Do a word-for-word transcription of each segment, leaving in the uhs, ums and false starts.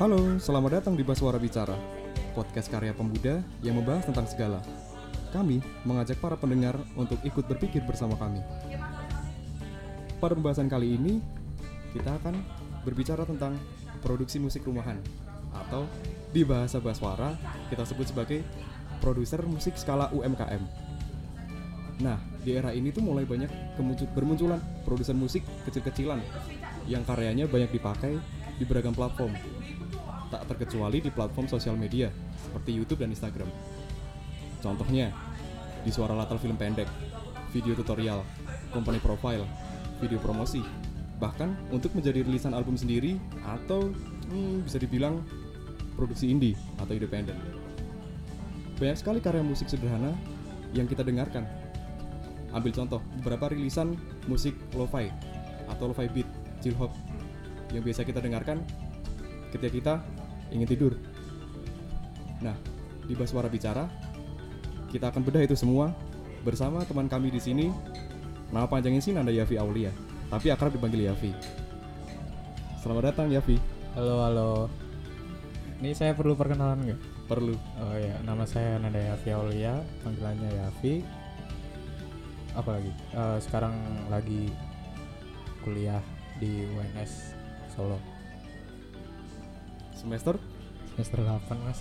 Halo, selamat datang di Baswara Bicara, podcast karya pemuda yang membahas tentang segala. Kami mengajak para pendengar untuk ikut berpikir bersama kami. Pada pembahasan kali ini, kita akan berbicara tentang produksi musik rumahan, atau di bahasa Baswara kita sebut sebagai produser musik skala U M K M. Nah, di era ini tuh mulai banyak kemuncul- bermunculan produser musik kecil-kecilan yang karyanya banyak dipakai di beragam platform, tak terkecuali di platform sosial media seperti YouTube dan Instagram. Contohnya, di suara latar film pendek, video tutorial, company profile, video promosi, bahkan untuk menjadi rilisan album sendiri atau hmm, bisa dibilang produksi indie atau independen. Banyak sekali karya musik sederhana yang kita dengarkan. Ambil contoh beberapa rilisan musik lo-fi atau lo-fi beat, chill hop yang biasa kita dengarkan ketika kita ingin tidur. Nah, di Baswara Bicara kita akan bedah itu semua bersama teman kami di sini. Nama panjangnya sih Nanda Yafi Aulia, tapi akrab dipanggil Yafi. Selamat datang Yafi. Halo, halo. Ini saya perlu perkenalan nggak? Perlu. Oh ya, nama saya Nanda Yafi Aulia, panggilannya Yafi. Apalagi? Uh, sekarang lagi kuliah di U N S Solo. Semester? Semester delapan, Mas.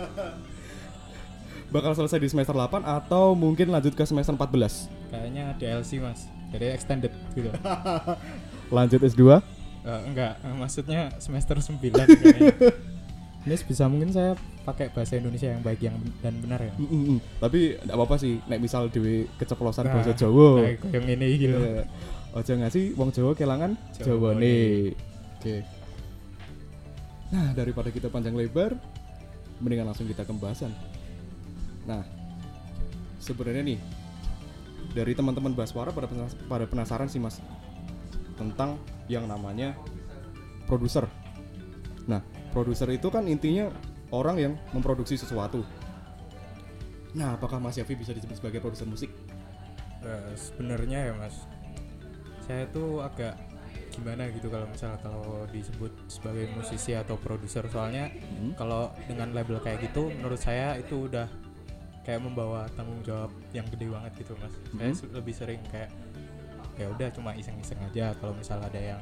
Bakal selesai di semester delapan atau mungkin lanjut ke semester empat belas? Kayaknya D L C, Mas. Jadi extended gitu. Lanjut S dua? Uh, enggak, maksudnya semester sembilan kayaknya. Ini bisa mungkin saya pakai bahasa Indonesia yang baik yang dan benar ya. Mm-mm. Tapi enggak apa-apa sih, nek misal dhewe keceplosan Nah, bahasa Jawa. Nah, yang ini gitu. Yeah. Ojo ngasih wong Jawa kelangan Jawane. Jawane. Oke. Nah, daripada kita panjang lebar, mendingan langsung kita ke pembahasan. Nah, sebenarnya nih dari teman-teman Baswara pada penas- pada penasaran sih Mas tentang yang namanya produser. Nah, produser itu kan intinya orang yang memproduksi sesuatu. Nah, apakah Mas Yafi bisa disebut sebagai produser musik? Uh, sebenarnya ya, Mas, saya tuh agak gimana gitu kalau misal kalau disebut sebagai musisi atau produser, soalnya Hmm. kalau dengan label kayak gitu menurut saya itu udah kayak membawa tanggung jawab yang gede banget gitu, Mas. Hmm. Saya su- lebih sering kayak ya udah cuma iseng-iseng aja, kalau misal ada yang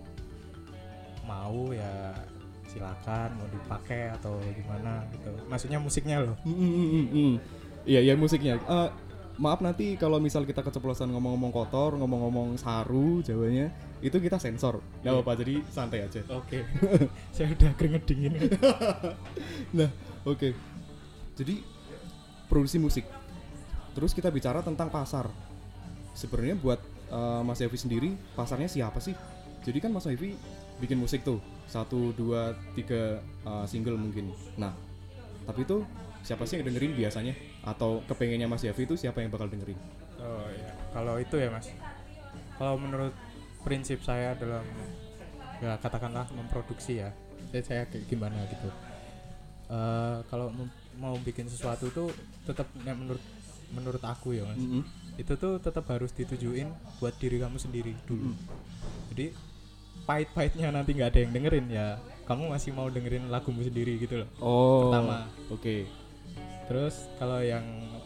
mau ya silakan mau dipakai atau gimana gitu. Maksudnya musiknya loh. Mm, mm, mm, mm. Iya, iya musiknya. Uh, maaf nanti kalau misal kita keceplosan ngomong-ngomong kotor, ngomong-ngomong saru Jawanya, itu kita sensor. Nggak apa-apa, jadi santai aja. Oke. Saya udah keringet dingin. Nah, oke. Okay. Jadi produksi musik. Terus kita bicara tentang pasar. Sebenarnya buat uh, Mas Yafi sendiri, pasarnya siapa sih? Jadi kan Mas Yafi bikin musik tuh satu, dua, tiga uh, single mungkin. Nah, tapi itu siapa sih yang dengerin biasanya? Atau kepengennya Mas Yafi itu siapa yang bakal dengerin? Oh iya, kalau itu ya, Mas. Kalau menurut prinsip saya dalam ya katakanlah memproduksi ya, saya, saya kayak gimana gitu. Uh, kalau mem- mau bikin sesuatu tuh tetap ya, menurut menurut aku ya, Mas. Mm-hmm. Itu tuh tetap harus ditujuin buat diri kamu sendiri dulu. Mm-hmm. Jadi pahit-pahitnya nanti nggak ada yang dengerin ya, kamu masih mau dengerin lagumu sendiri gitu loh. Oh. Pertama. Oke. Okay. Terus kalau yang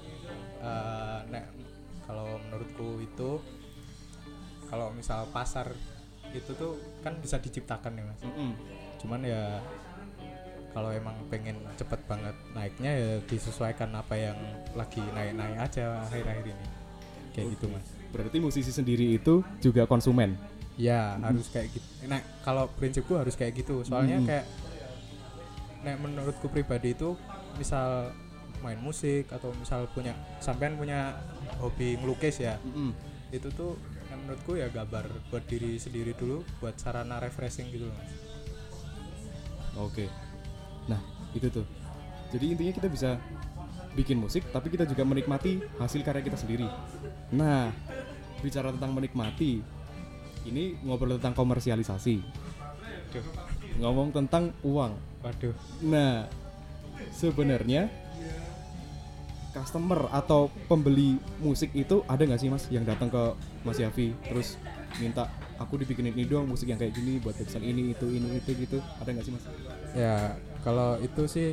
uh, nek kalau menurutku itu kalau misal pasar itu tuh kan bisa diciptakan ya, Mas. Mm-hmm. Cuman ya kalau emang pengen cepet banget naiknya ya disesuaikan apa yang lagi naik-naik aja akhir-akhir ini. Kayak Okay. gitu, Mas. Berarti musisi sendiri itu juga konsumen. Ya, Mm-hmm. harus kayak gitu. Nah, kalau prinsipku harus kayak gitu. Soalnya Mm-hmm. kayak nek menurutku pribadi itu misal main musik atau misal punya sampean punya hobi ngelukis ya. Mm-hmm. Itu tuh yang menurutku ya gambar buat diri sendiri dulu, buat sarana refreshing gitu loh, Mas. Oke. Nah, itu tuh. Jadi intinya kita bisa bikin musik tapi kita juga menikmati hasil karya kita sendiri. Nah, bicara tentang menikmati, ini ngobrol tentang komersialisasi. Aduh. Ngomong tentang uang. Waduh. Nah, sebenarnya customer atau pembeli musik itu ada nggak sih Mas yang datang ke Mas Yafi terus minta aku dibikinin ini doang musik yang kayak gini buat bagusan ini itu ini itu gitu, ada nggak sih mas? Ya kalau itu sih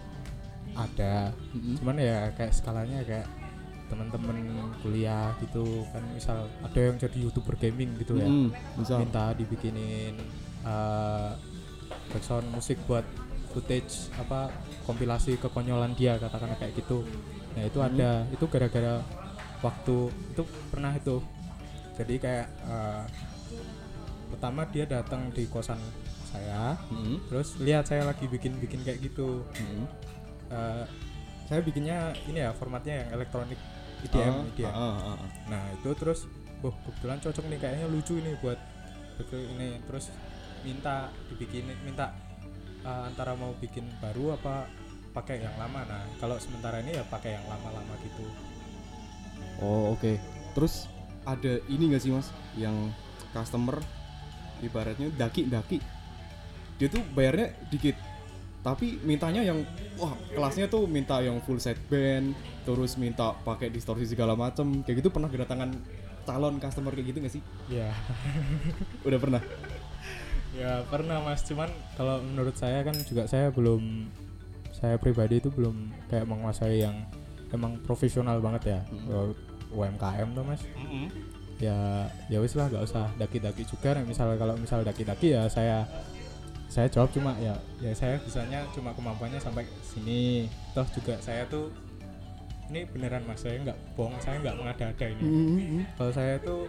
ada, Mm-hmm. cuman ya kayak skalanya kayak teman-teman kuliah gitu kan, misal ada yang jadi youtuber gaming gitu ya, Mm-hmm. Misal. minta dibikinin uh, background musik buat footage apa kompilasi kekonyolan dia katakanlah kayak gitu. Nah itu Mm-hmm. ada, itu gara-gara waktu itu pernah itu, jadi kayak uh, pertama dia datang di kosan saya, Mm-hmm. terus lihat saya lagi bikin-bikin kayak gitu. Mm-hmm. Uh, saya bikinnya ini ya formatnya yang elektronik E D M, Ah, E D M. ah, ah, ah, ah. Nah itu terus, oh kebetulan cocok nih, kayaknya lucu ini buat buat ini, terus minta dibikinin, minta uh, antara mau bikin baru apa pakai yang lama. Nah kalau sementara ini ya pakai yang lama-lama gitu. Oh oke. Okay. Terus ada ini nggak sih mas, yang customer ibaratnya daki-daki, dia tuh bayarnya dikit, tapi mintanya yang wah kelasnya tuh minta yang full set band, terus minta pakai distorsi segala macem, kayak gitu. Pernah kedatangan calon customer kayak gitu nggak sih? Ya. Udah pernah? Ya pernah mas, cuman kalau menurut saya kan juga saya belum, saya pribadi itu belum kayak menguasai yang emang profesional banget ya. Hmm. U M K M tuh mas. Mm-hmm. Ya ya wis lah, nggak usah daki-daki juga. Nah, misal kalau misal daki-daki ya saya saya jawab cuma ya ya saya bisanya cuma kemampuannya sampai sini. Toh juga saya tuh ini beneran mas, saya nggak bohong, saya nggak mengada-ada ini. Mm-hmm. Kalau saya tuh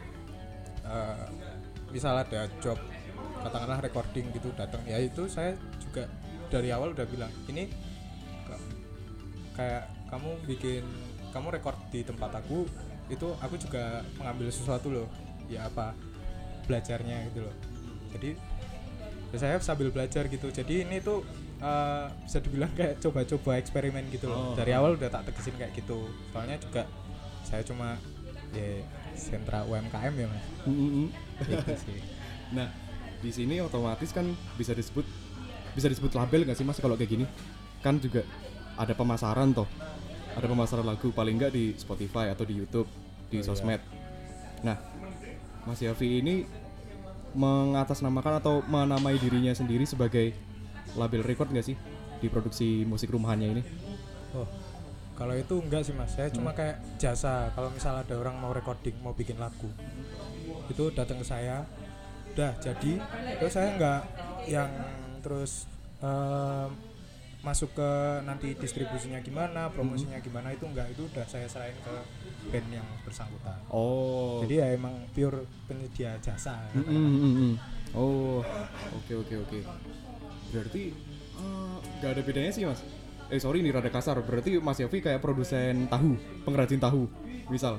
uh, misal ada job katakanlah recording gitu datang, ya itu saya juga dari awal udah bilang ini k- kayak kamu bikin, kamu record di tempat aku, itu aku juga mengambil sesuatu loh, ya apa belajarnya gitu loh. Jadi ya saya sambil belajar gitu, jadi ini tuh uh, bisa dibilang kayak coba-coba eksperimen gitu loh. Oh. Dari awal udah tak tegesin kayak gitu, soalnya juga saya cuma ya sentra U M K M ya mas. Mm-hmm. Gitu sih. Nah di sini otomatis kan bisa disebut bisa disebut label nggak sih mas kalau kayak gini? Kan juga ada pemasaran toh, ada pemasaran lagu paling nggak di Spotify atau di YouTube, di oh, sosmed. Iya. Nah Mas Yafi ini mengatasnamakan atau menamai dirinya sendiri sebagai label record nggak sih di produksi musik rumahannya ini? Oh kalau itu enggak sih mas, saya hmm. cuma kayak jasa. Kalau misal ada orang mau recording, mau bikin lagu, itu datang ke saya, udah jadi, terus saya enggak yang terus uh, masuk ke nanti distribusinya gimana, promosinya hmm. gimana, itu enggak, itu udah saya serahin ke band yang bersangkutan. Oh. Jadi ya emang pure penyedia jasa. Mm, mm, mm, mm. Oh, oke oke oke. Berarti nggak uh, ada bedanya sih mas. Eh sorry ini rada kasar. Berarti Mas Yofi kayak produsen tahu, pengrajin tahu, misal.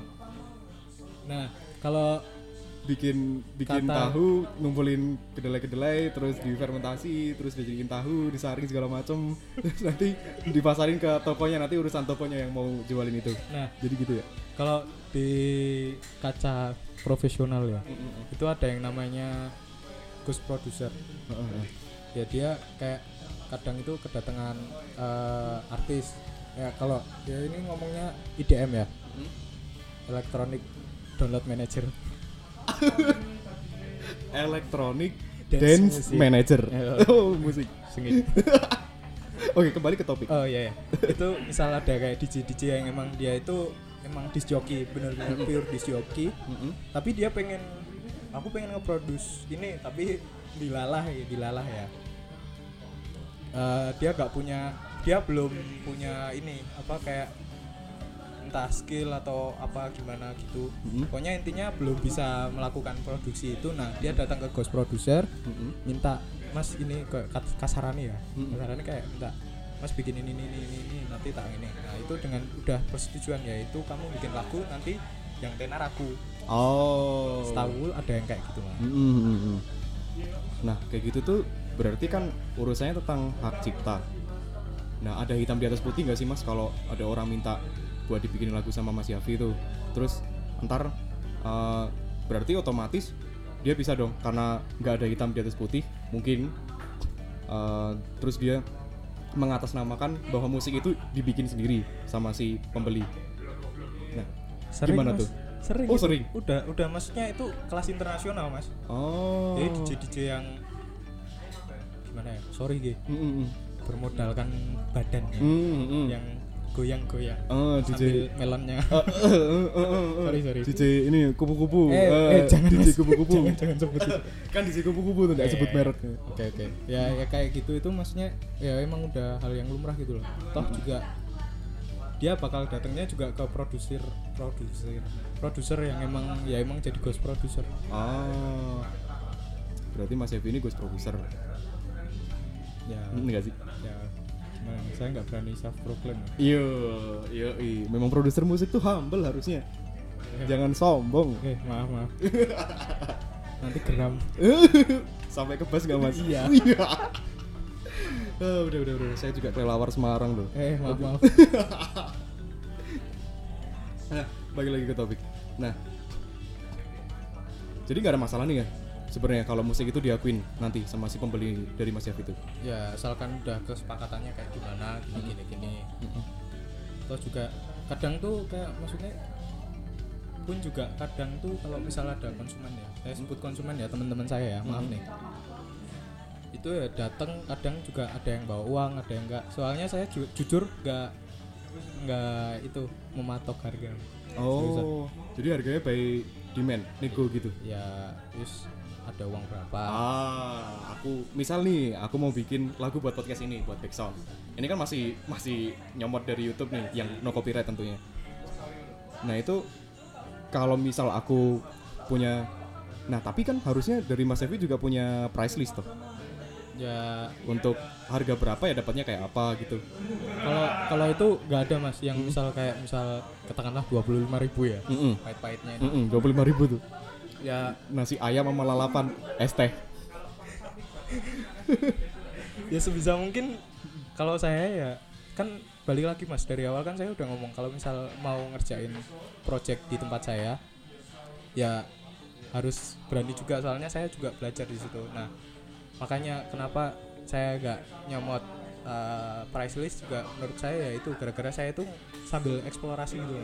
Nah kalau bikin bikin kata, tahu, ngumpulin kedelai-kedelai, terus difermentasi, terus dijadiin tahu, disaring segala macem, terus nanti dipasarin ke tokonya, nanti urusan tokonya yang mau jualin itu. Nah, jadi gitu ya. Kalau di kaca profesional ya, mm-hmm. itu ada yang namanya ghost producer. Uh-huh. Ya dia kayak kadang itu kedatangan uh, artis. Ya kalau ya ini ngomongnya E D M ya, hmm? Electronic Download Manager. Electronic Dance, Dance Manager. Oh, musik. Sengit. Oke, kembali ke topik. Oh iya ya. Itu misal ada kayak D J D J yang emang dia itu emang disc jockey, benar-benar pure disc jockey. Mm-hmm. Tapi dia pengen, aku pengen nge-produce ini, tapi dilalah ya, dilalah ya. Uh, dia gak punya, dia belum punya ini apa kayak entah skill atau apa gimana gitu. Mm-hmm. Pokoknya intinya belum bisa melakukan produksi itu. Nah dia datang ke ghost producer, mm-hmm. minta mas ini ke kasarani ya, mm-hmm. kasarani kayak minta mas bikin ini ini ini ini nanti tak ini. Nah itu dengan udah persetujuan, yaitu kamu bikin lagu nanti yang tenar aku. Oh. Setahu ada yang kayak gitu lah. Mm-hmm. Nah kayak gitu tuh berarti kan urusannya tentang hak cipta. Nah ada hitam di atas putih nggak sih mas kalau ada orang minta buat dibikinin lagu sama Mas Yafi tuh, terus ntar uh, berarti otomatis dia bisa dong, karena nggak ada hitam di atas putih mungkin, uh, terus dia mengatasnamakan bahwa musik itu dibikin sendiri sama si pembeli. Nah sering, gimana mas, tuh? Sering. Oh itu. sering. Udah udah maksudnya itu kelas internasional mas. Oh. Jadi D J D J yang gimana ya? Sorry G. Mm-mm. Bermodalkan badan ya. Mm-mm. Yang goyang-goyang. Oh D J. Sambil melonnya. Uh, uh, uh, uh, uh. Sorry sorry. D J ini kupu-kupu. Eh, uh, eh jangan D J mas. kupu-kupu. jangan jangan sebut itu. Kan D J kupu-kupu tuh enggak Eh, sebut mereknya. Oke oke. Ya ya kayak gitu itu maksudnya ya emang udah hal yang lumrah gitu loh. Toh juga dia bakal datangnya juga ke produser produser produser yang emang ya emang jadi ghost producer. Oh. Berarti Mas Evi ini ghost producer. Ya Enggak sih? ya gimana, saya nggak berani self proclaim. Iya, iya, iya. Memang produser musik tuh humble harusnya. Eh, Jangan sombong. eh maaf maaf. Nanti geram. Sampai ke bas enggak Mas? Iya. Oh, udah, udah, udah. Saya juga kelelawar Semarang loh. Eh maaf maaf. Nah, balik lagi ke topik. Nah, jadi nggak ada masalah nih ya sebenarnya kalau musik itu diakuin nanti sama si pembeli dari Mas Yaf itu. Ya asalkan udah kesepakatannya kayak gimana gini gini gini. Terus juga kadang tuh kayak maksudnya pun juga kadang tuh kalau misalnya ada konsumen ya, saya sebut konsumen ya teman-teman saya ya, maaf nih. Itu ya datang kadang juga ada yang bawa uang, ada yang enggak. Soalnya saya ju- jujur enggak enggak itu mematok harga. Oh, Seriusan. jadi harganya by demand, nego gitu. Ya, wis ada uang berapa. Ah, aku misal nih, aku mau bikin lagu buat podcast ini, buat background. Ini kan masih masih nyomot dari YouTube nih, yang no copyright tentunya. Nah itu kalau misal aku punya, nah tapi kan harusnya dari Mas Evi juga punya price list tuh. Ya, Untuk harga berapa ya dapatnya kayak apa gitu. kalau kalau itu enggak ada Mas yang misal kayak misal katakanlah dua puluh lima ribu ya. Mm-mm. Pahit-pahitnya ini. Mm-mm, dua puluh lima ribu tuh. Ya, Nasi ayam sama lalapan, es teh. ya sebisa mungkin kalau saya ya kan balik lagi Mas, dari awal kan saya udah ngomong kalau misal mau ngerjain project di tempat saya ya harus berani juga, soalnya saya juga belajar di situ. Nah makanya kenapa saya gak nyomot uh, price list juga menurut saya ya itu gara-gara saya itu sambil eksplorasi gitu.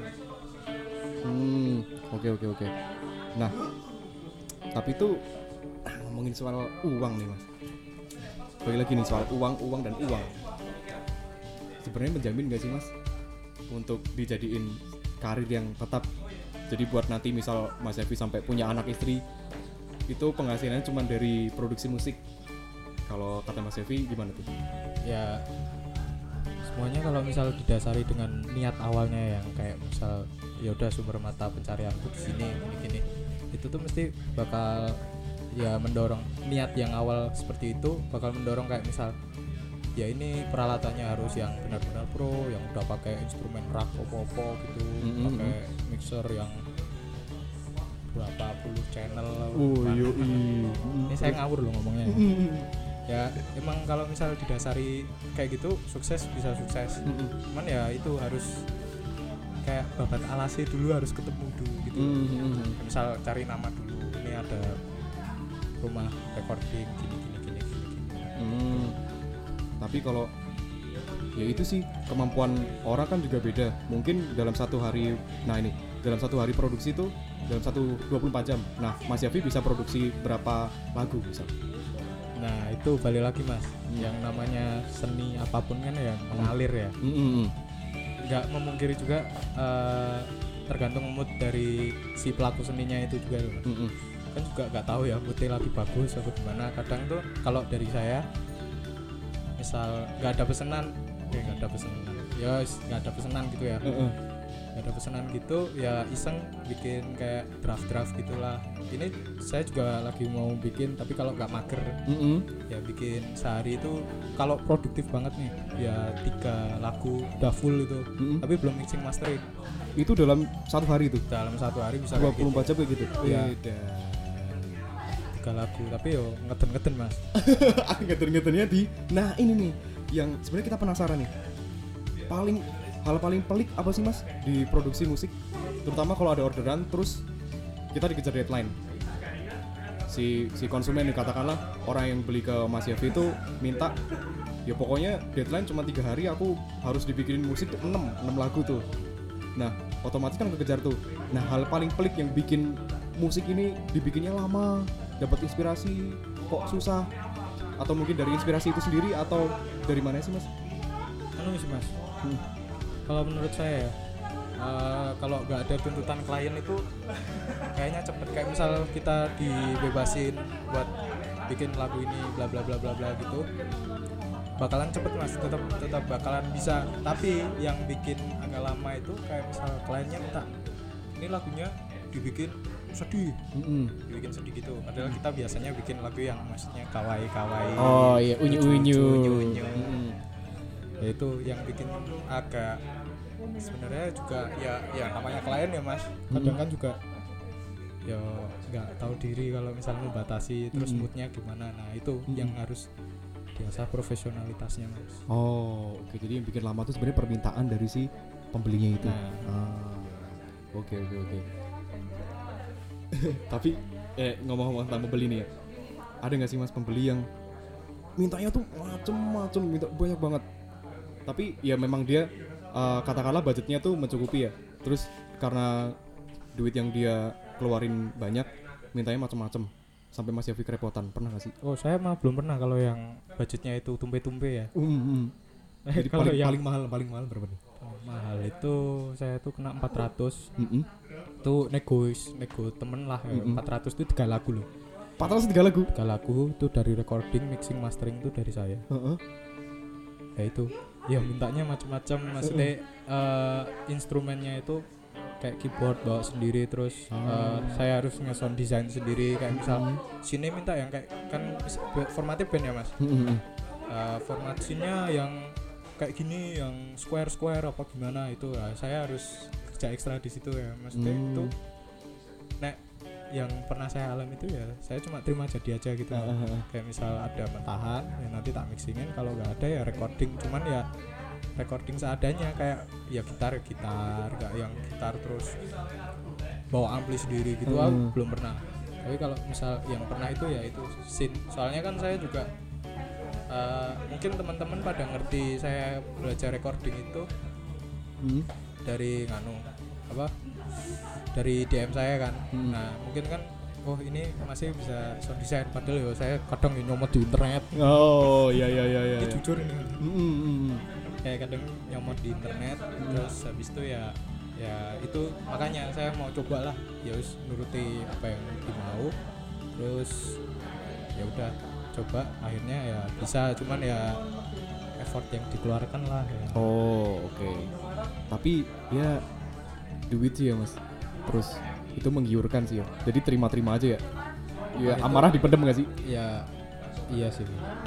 Hmm, oke oke oke. Nah, tapi itu ngomongin soal uang nih Mas. Balik lagi nih soal uang, uang dan uang. Sebenarnya menjamin gak sih Mas untuk dijadiin karir yang tetap? Jadi buat nanti misal Mas Evi sampai punya anak istri, itu penghasilannya cuma dari produksi musik. Kalau kata Mas Evi gimana tuh? Ya semuanya kalau misal didasari dengan niat awalnya yang kayak misal ya udah sumber mata pencarian tuh di sini gini-gini, itu tuh mesti bakal ya mendorong niat yang awal seperti itu bakal mendorong kayak misal ya ini peralatannya harus yang benar-benar pro, yang udah pakai instrumen rak opo-opo gitu, Mm-hmm. pakai mixer yang berapa puluh channel. Oh Kan. iya. Ini saya ngawur loh ngomongnya. Ya emang kalau misal didasari kayak gitu sukses bisa sukses. Cuman ya itu harus kayak babat alasnya dulu harus ketemu dulu gitu. Mm-hmm. Misal cari nama dulu, ini ada rumah recording gini gini gini gini. gini. Hmm. Tapi kalau ya itu sih kemampuan orang kan juga beda. Mungkin dalam satu hari, nah ini dalam satu hari produksi tuh dalam satu dua puluh empat jam. Nah, Mas Yafi bisa produksi berapa lagu misal? Nah itu balik lagi Mas, Hmm. yang namanya seni apapun kan ya mengalir ya. Mm-hmm. Nggak memungkiri juga uh, tergantung mood dari si pelaku seninya itu juga loh. Mm-hmm. Kan juga nggak tahu ya moodnya lagi bagus atau gimana. Kadang tuh kalau dari saya misal nggak ada pesanan, eh nggak ada pesanan, ya nggak ada pesanan gitu ya, Uh-uh. nggak ada pesanan gitu ya iseng bikin kayak draft-draft gitulah. Ini saya juga lagi mau bikin, tapi kalau nggak mager Mm-hmm. ya bikin sehari itu kalau produktif banget nih ya tiga lagu udah full itu, Mm-hmm. tapi belum mixing mastering. Itu dalam satu hari itu Dalam satu hari bisa dua kayak puluh empat gitu. jam kayak gitu. Iya. Beda. Tiga lagu tapi yo ngeten-ngeten Mas. Ngeten-ngetennya di. Nah, ini nih yang sebenarnya kita penasaran nih. Paling hal paling pelik apa sih Mas di produksi musik? Terutama kalau ada orderan terus kita dikejar deadline. Si si konsumen nih katakanlah orang yang beli ke Mas Yafi itu minta ya pokoknya deadline cuma tiga hari aku harus dibikinin musik tuh enam enam lagu tuh. Nah, otomatis kan kekejar tuh. Nah hal paling pelik yang bikin musik ini dibikinnya lama, dapat inspirasi kok susah, atau mungkin dari inspirasi itu sendiri atau dari mana sih mas? Anu sih mas, Hmm. kalau menurut saya ya, uh, kalau nggak ada tuntutan klien itu kayaknya cepet. Kayak misal kita dibebasin buat bikin lagu ini bla bla bla bla bla gitu, bakalan cepet mas, tetap tetap bakalan bisa. Tapi yang bikin agak lama itu kayak misal kliennya minta ini lagunya dibikin sedih, Mm-mm. dibikin sedih gitu. Padahal kita biasanya bikin lagu yang maksudnya kawaii kawaii. Oh iya, unyu-unyu. unyu-unyu. Mm-mm. Ya itu yang bikin agak sebenarnya juga ya ya namanya klien ya mas, kadang kan juga ya nggak tahu diri kalau misalnya membatasi terus Mm-mm. moodnya gimana. Nah itu Mm-mm. yang harus diasah profesionalitasnya mas. Oh oke, jadi yang bikin lama tuh sebenarnya permintaan dari si pembelinya itu. Nah. Ah, oke oke oke. Tapi eh ngomong-ngomong tentang pembeli nih ya, ada nggak sih mas pembeli yang mintanya tuh macem-macem, minta banyak banget, tapi ya memang dia uh, katakanlah budgetnya tuh mencukupi ya, terus karena duit yang dia keluarin banyak mintanya macem-macem sampai Mas Yafi kerepotan, pernah nggak sih? Oh saya mah belum pernah kalau yang budgetnya itu tumpe-tumpe ya. Um, um. Eh, Jadi kalau paling, yang paling mahal paling mahal berapa nih? paling mahal itu saya tuh kena empat ratus. Mm-mm. Itu negois, nego temen lah ya. Mm-mm. empat ratus itu tiga lagu loh. empat ratus tiga lagu. Tiga lagu itu dari recording, mixing, mastering itu dari saya. Heeh. Ya itu ya mintanya macam-macam, maksudnya uh, instrumennya itu kayak keyboard bawa sendiri, terus uh, saya harus nge-sound design sendiri. Kayak misal sini minta yang kayak kan formatnya band ya mas, Mm-mm. uh, format sini yang kayak gini, yang square square apa gimana itu, nah, saya harus kerja ekstra di situ ya maksudnya. Hmm. Itu nek yang pernah saya alami itu ya saya cuma terima jadi aja gitu. Uh, uh, uh. Kayak misal ada mentahan ya nanti tak mixingin, kalau nggak ada ya recording, cuman ya recording seadanya, kayak ya gitar gitar nggak yang gitar terus bawa ampli sendiri gitu. Hmm. Aku belum pernah. Tapi kalau misal yang pernah itu ya itu scene, soalnya kan saya juga uh, mungkin teman-teman pada ngerti saya belajar recording itu Hmm. dari nganu apa dari D M saya kan. Hmm. Nah mungkin kan oh ini masih bisa sound design, padahal ya saya kadang ya nyomot di internet. Oh iya iya iya iya. Ini jujur ini Mm-mm. kayak kadang nyomot di internet. Terus habis itu ya ya itu makanya saya mau coba lah ya wis nuruti apa yang dimau, terus ya udah coba akhirnya ya bisa, cuman ya effort yang dikeluarkan lah ya. Oh oke. Okay. Tapi ya duit sih ya mas. Terus itu menggiurkan sih ya. Jadi terima-terima aja ya. Ya Nah, amarah dipendem gak sih? Ya iya sih.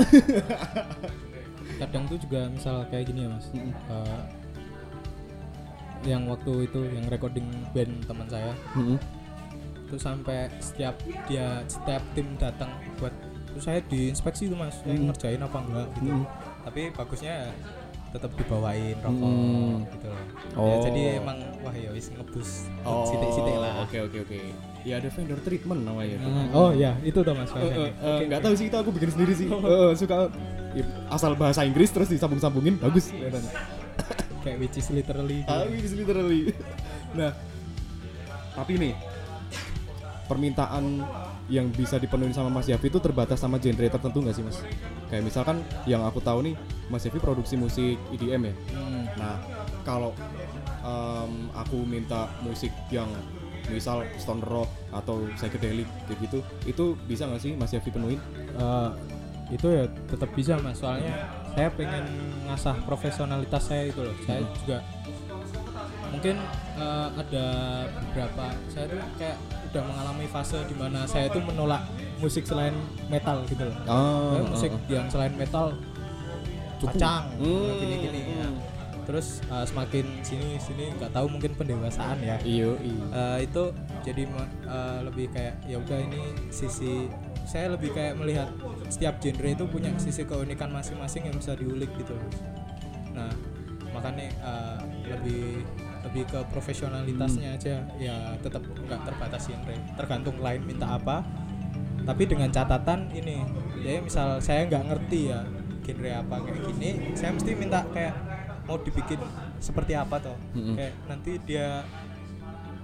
Kadang tuh juga misal kayak gini ya mas. Mm-mm. Uh, yang waktu itu yang recording band teman saya Mm-mm. itu sampai setiap dia setiap tim datang buat itu saya diinspeksi tuh mas, saya Mm. ngerjain apa enggak gitu. Mm. Tapi bagusnya ya tetap dibawain rokok Mm. gitu loh. Oh. Ya, jadi emang wah ya wis ngebus Oh, sitik-sitik lah. Oke oke oke. Ya ada vendor treatment namanya. Nah, oh ya itu tuh mas. Eh, eh, eh, Oke, nggak oke. tahu sih, itu aku bikin sendiri sih. Eh, eh, suka ya, asal bahasa Inggris terus disambung-sambungin bagus kelihatannya. Kayak which is literally gitu. Ah, it's literally. Nah, tapi nih permintaan yang bisa dipenuhi sama Mas Yafi itu terbatas sama genre tertentu nggak sih Mas? Kayak misalkan yang aku tahu nih, Mas Yafi produksi musik E D M ya. Hmm. Nah, kalau um, aku minta musik yang misal stone rock atau psychedelic kayak gitu, itu bisa nggak sih Mas Yafi penuhin? Uh, itu ya tetap bisa mas, soalnya saya pengen ngasah profesionalitas saya itu loh. Saya Hmm. juga mungkin uh, ada beberapa, saya tuh kayak udah mengalami fase di mana saya tuh menolak musik selain metal gitu loh. Ah, Kayak musik ah, yang selain metal kacang Hmm. gini-gini ya. Terus uh, semakin sini sini nggak tahu mungkin pendewasaan ya. Iyo, iyo. Uh, itu jadi uh, lebih kayak ya udah ini sisi saya lebih kayak melihat setiap genre itu punya sisi keunikan masing-masing yang bisa diulik gitu. Nah makanya uh, lebih lebih ke profesionalitasnya aja ya, tetap nggak terbatas genre, tergantung klien minta apa. Tapi dengan catatan ini ya misal saya nggak ngerti ya genre apa kayak gini, saya mesti minta kayak mau dibikin seperti apa toh. Mm-mm. Kayak nanti dia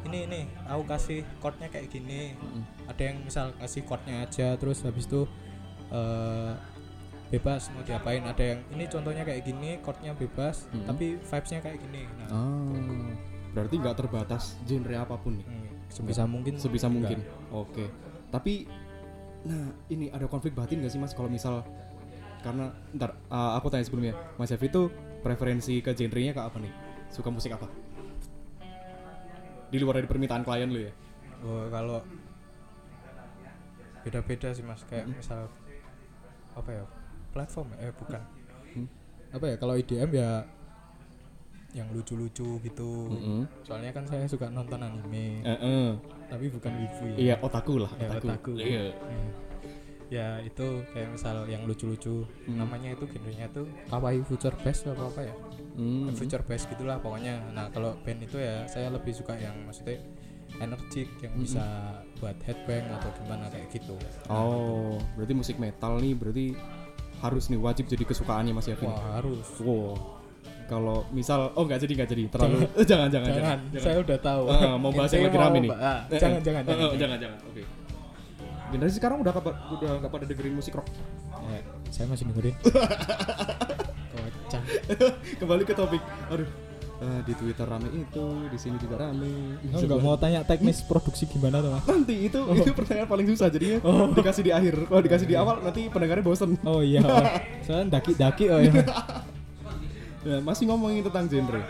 ini ini aku kasih chordnya kayak gini. Mm-mm. Ada yang misal kasih chordnya aja terus habis itu uh, bebas mau diapain, ada yang ini contohnya kayak gini chordnya bebas Mm-mm. tapi vibesnya kayak gini. Nah Ah, berarti nggak terbatas genre apapun nih. hmm, sebisa mungkin Sebisa mungkin. enggak. Oke. Tapi nah, ini ada konflik batin gak sih Mas kalau misal karena ntar uh, aku tanya sebelumnya, Mas Evi itu preferensi ke genrenya ke apa nih? Suka musik apa? Di luar dari permintaan klien lu ya? Oh, kalau beda-beda sih Mas, kayak Mm-hmm. misal apa ya? Platform eh bukan. Hmm? Apa ya kalau E D M ya yang lucu-lucu gitu. Mm-hmm. Soalnya kan saya suka nonton anime, Uh-uh. tapi bukan wibu ya. Iya, otaku lah, Ya, otaku. otaku. Iya. Hmm. Ya itu kayak misal yang lucu-lucu, Hmm. namanya itu genrenya tuh kawaii future bass apa apa ya? Hmm. Future bass gitulah pokoknya. Nah kalau band itu ya saya lebih suka yang maksudnya energik yang Mm-mm. bisa buat headbang atau gimana kayak gitu. Oh, berarti musik metal nih berarti harus nih wajib jadi kesukaannya Mas Evi. Wah harus. Wow. Kalau misal oh nggak jadi nggak jadi terlalu jangan jangan Jangan, saya udah tahu. Ah, mau bahas yang Intinya lagi mau rame nih. ba- ah, Eh, jangan, eh. jangan, Eh, jangan, eh, jangan jangan. Oke. Generasi sekarang udah kapa- udah nggak pada dengerin musik rock. Ya, saya masih dengerin. Kocak. Kembali ke topik. Aduh. Ah, di Twitter rame itu, di sini juga rame. Oh, nggak mau tanya teknis produksi gimana tuh Mas? Nanti itu itu pertanyaan paling susah jadinya Oh. dikasih di akhir. Kalau dikasih di awal nanti pendengarnya bosen. Oh iya, oh. Soalnya daki-daki oh ya. Ya, masih ngomongin tentang genre.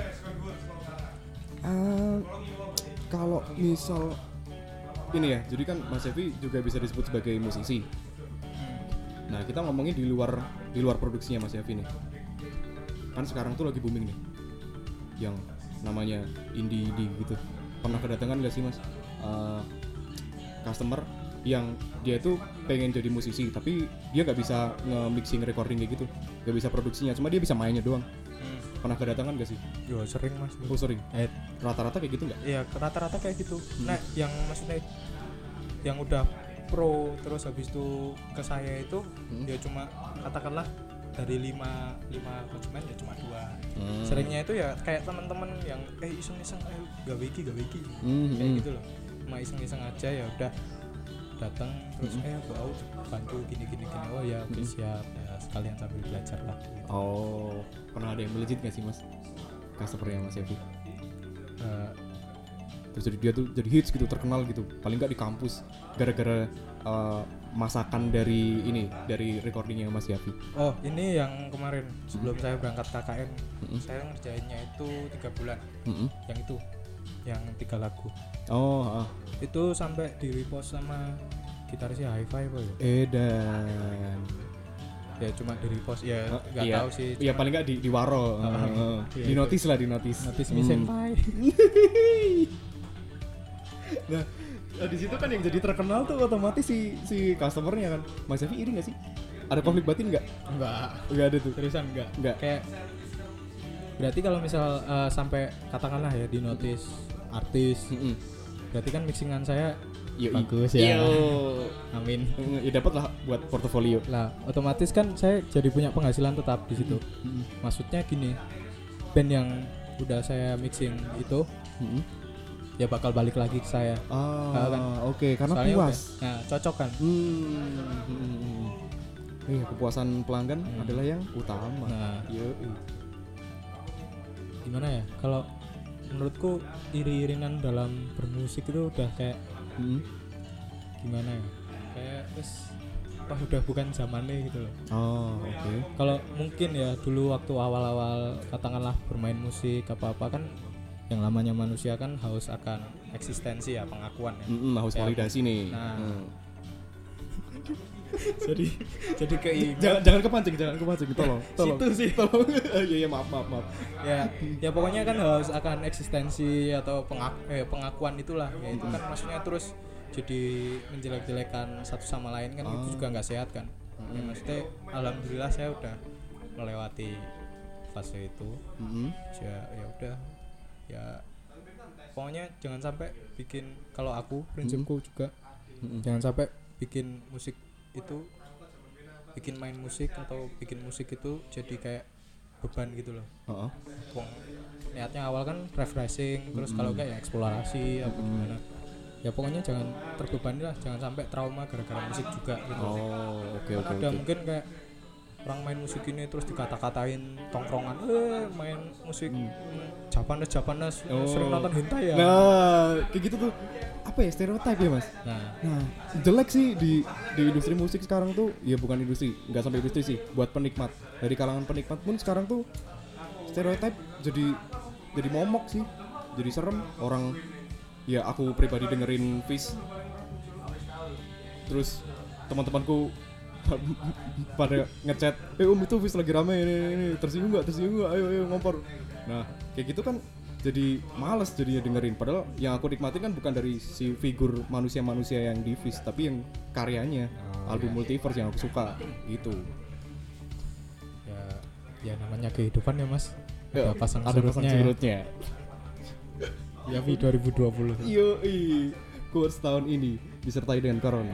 Ah, kalau misal ini ya, jadi kan Mas Evi juga bisa disebut sebagai musisi. Nah, kita ngomongin di luar di luar produksinya Mas Evi nih. Kan sekarang tuh lagi booming nih. Yang namanya indie-indie gitu. Pernah kedatangan gak sih Mas uh, customer yang dia itu pengen jadi musisi tapi dia nggak bisa nge-mixing recording kayak gitu, nggak bisa produksinya, cuma dia bisa mainnya doang. Hmm. Pernah kedatangan gak sih? Yo sering Mas. Oh sering. Eh, Rata-rata kayak gitu nggak? Iya rata-rata kayak gitu. Hmm. Nah yang maksudnya yang udah pro terus habis itu ke saya itu Hmm. ya cuma katakanlah dari lima lima konsumen ya cuma dua. Hmm. Seringnya itu ya kayak teman-teman yang eh iseng-iseng eh gawe iki gawe iki Hmm, kayak hmm. gitu loh. Cuma iseng-iseng aja ya udah datang terus Hmm. eh aku mau bantu gini gini gini oh ya oke Hmm. siap ya sekalian sambil belajar lah gitu. Oh, pernah ada yang melejit gak sih Mas? Customer yang Mas Evi? Eh, Terus jadi dia tuh jadi hits gitu, terkenal gitu. Paling nggak di kampus gara-gara uh, masakan dari ini, dari recordingnya Mas Evi. oh ini yang kemarin sebelum saya berangkat K K N Mm-mm. saya ngerjainnya itu tiga bulan Mm-mm. yang itu yang tiga lagu Oh, ah. itu sampai di repost sama gitarisnya Hi-Fi apa ya Edan. ya cuma di repost ya Oh, nggak iya. tahu sih Iya paling nggak di di waro, Ah, Heeh. iya, di itu. notice lah, di notice. notice Hmm. me senpai. Nah, di situ kan yang jadi terkenal tuh otomatis si si customernya kan. Mas Evi iri nggak sih? Ada konflik batin nggak? Enggak, Nggak ada tuh. seriusan enggak. Nggak. Kayak berarti kalau misal eh, sampai katakanlah ya di notice artis, Mm-mm. berarti kan mixingan saya Yoi. bagus ya. Yo. Amin. Ya dapat lah buat portofolio. Lah, otomatis kan saya jadi punya penghasilan tetap di situ. Mm-mm. Maksudnya gini, band yang udah saya mixing itu Mm-mm. ya bakal balik lagi ke saya. Ah, Tahu kan? oke, karena Soalnya puas. udah- nah, cocok kan. Hmm. hmm. Eh, kepuasan pelanggan Hmm. adalah yang utama. Nah, Yoi. gimana ya? Kalau menurutku iri-iringan dalam bermusik itu udah kayak Mm. gimana ya? Kayak terus wah udah bukan zamannya gitu loh. Oh, oke. Kalau mungkin ya dulu waktu awal-awal katakanlah bermain musik apa-apa kan yang namanya manusia kan haus akan eksistensi ya, pengakuan ya. Mm-mm, harus Kayak- validasi nih. Nah. Hmm. jadi jadi keinget Jangan jangan kepancing, jangan kepancing, tolong. Tolong. situ sih. Tolong. Iya, iya, maaf, maaf, maaf. ya ya pokoknya kan harus akan eksistensi atau pengak- eh, pengakuan itulah ya itu kan maksudnya terus jadi menjelek-jelekan satu sama lain kan itu Oh. juga nggak sehat kan ya, maksudnya alhamdulillah saya udah melewati fase itu Mm-mm. ya ya udah ya pokoknya jangan sampai bikin kalau aku prinsipku juga Mm-mm. jangan sampai bikin musik itu bikin main musik atau bikin musik itu jadi kayak beban gitu loh. Heeh. Wong niatnya awal kan refreshing, terus kalau enggak ya eksplorasi apa gimana. Ya pokoknya jangan terbebani lah, jangan sampai trauma gara-gara musik juga gitu. Oh, oke oke Ada oke. mungkin kayak orang main musik ini terus dikata-katain tongkrongan, eh main musik Hmm. Japanes Japanes Oh. sering nonton hentai ya. Nah, kayak gitu tuh apa ya stereotip ya mas? Nah, Nah, jelek sih di di industri musik sekarang tuh, ya bukan industri, nggak sampai industri sih, buat penikmat. Dari kalangan penikmat pun sekarang tuh stereotip jadi jadi momok sih, jadi serem orang. Ya aku pribadi dengerin Fish, terus teman-temanku pada ngechat, eh om itu Fish lagi rame ini, ini, ini. tersinggung nggak, tersinggung nggak, ayo ayo ngompor. Nah kayak gitu kan jadi males jadinya dengerin. Padahal yang aku nikmatin kan bukan dari si figur manusia-manusia yang di Fish, tapi yang karyanya, Oh, album iya. Multiverse yang aku suka gitu. ya ya namanya kehidupan ya mas. Ya, Ada pasang ada pasang surutnya. Ya. surutnya. Yavi dua ribu dua puluh. Yoi, kurs tahun ini disertai dengan corona.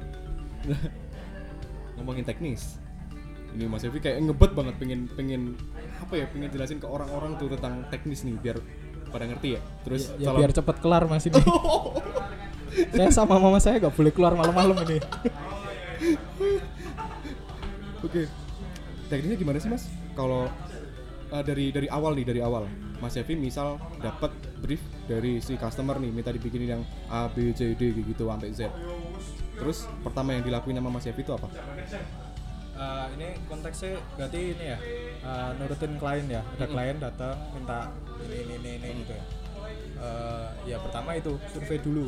Ngomongin teknis, ini Mas Yofi kayak ngebet banget pengen pengen apa ya, pengen jelasin ke orang-orang tuh tentang teknis nih biar pada ngerti ya. Terus Ya, ya salam- biar cepet kelar mas ini. Saya sama mama saya nggak boleh keluar malam-malam ini. Oke, teknisnya gimana sih Mas? Kalau uh, dari dari awal nih, dari awal Mas Yofi misal dapat brief dari si customer nih, minta dibikinin yang A, B, C, D gitu sampai Z. Terus pertama yang dilakuin sama Mas Yofi itu apa? Uh, ini konteksnya berarti ini ya, uh, nurutin klien ya. Ada klien datang minta ini ini ini, ini gitu ya. Uh, ya pertama itu survei dulu.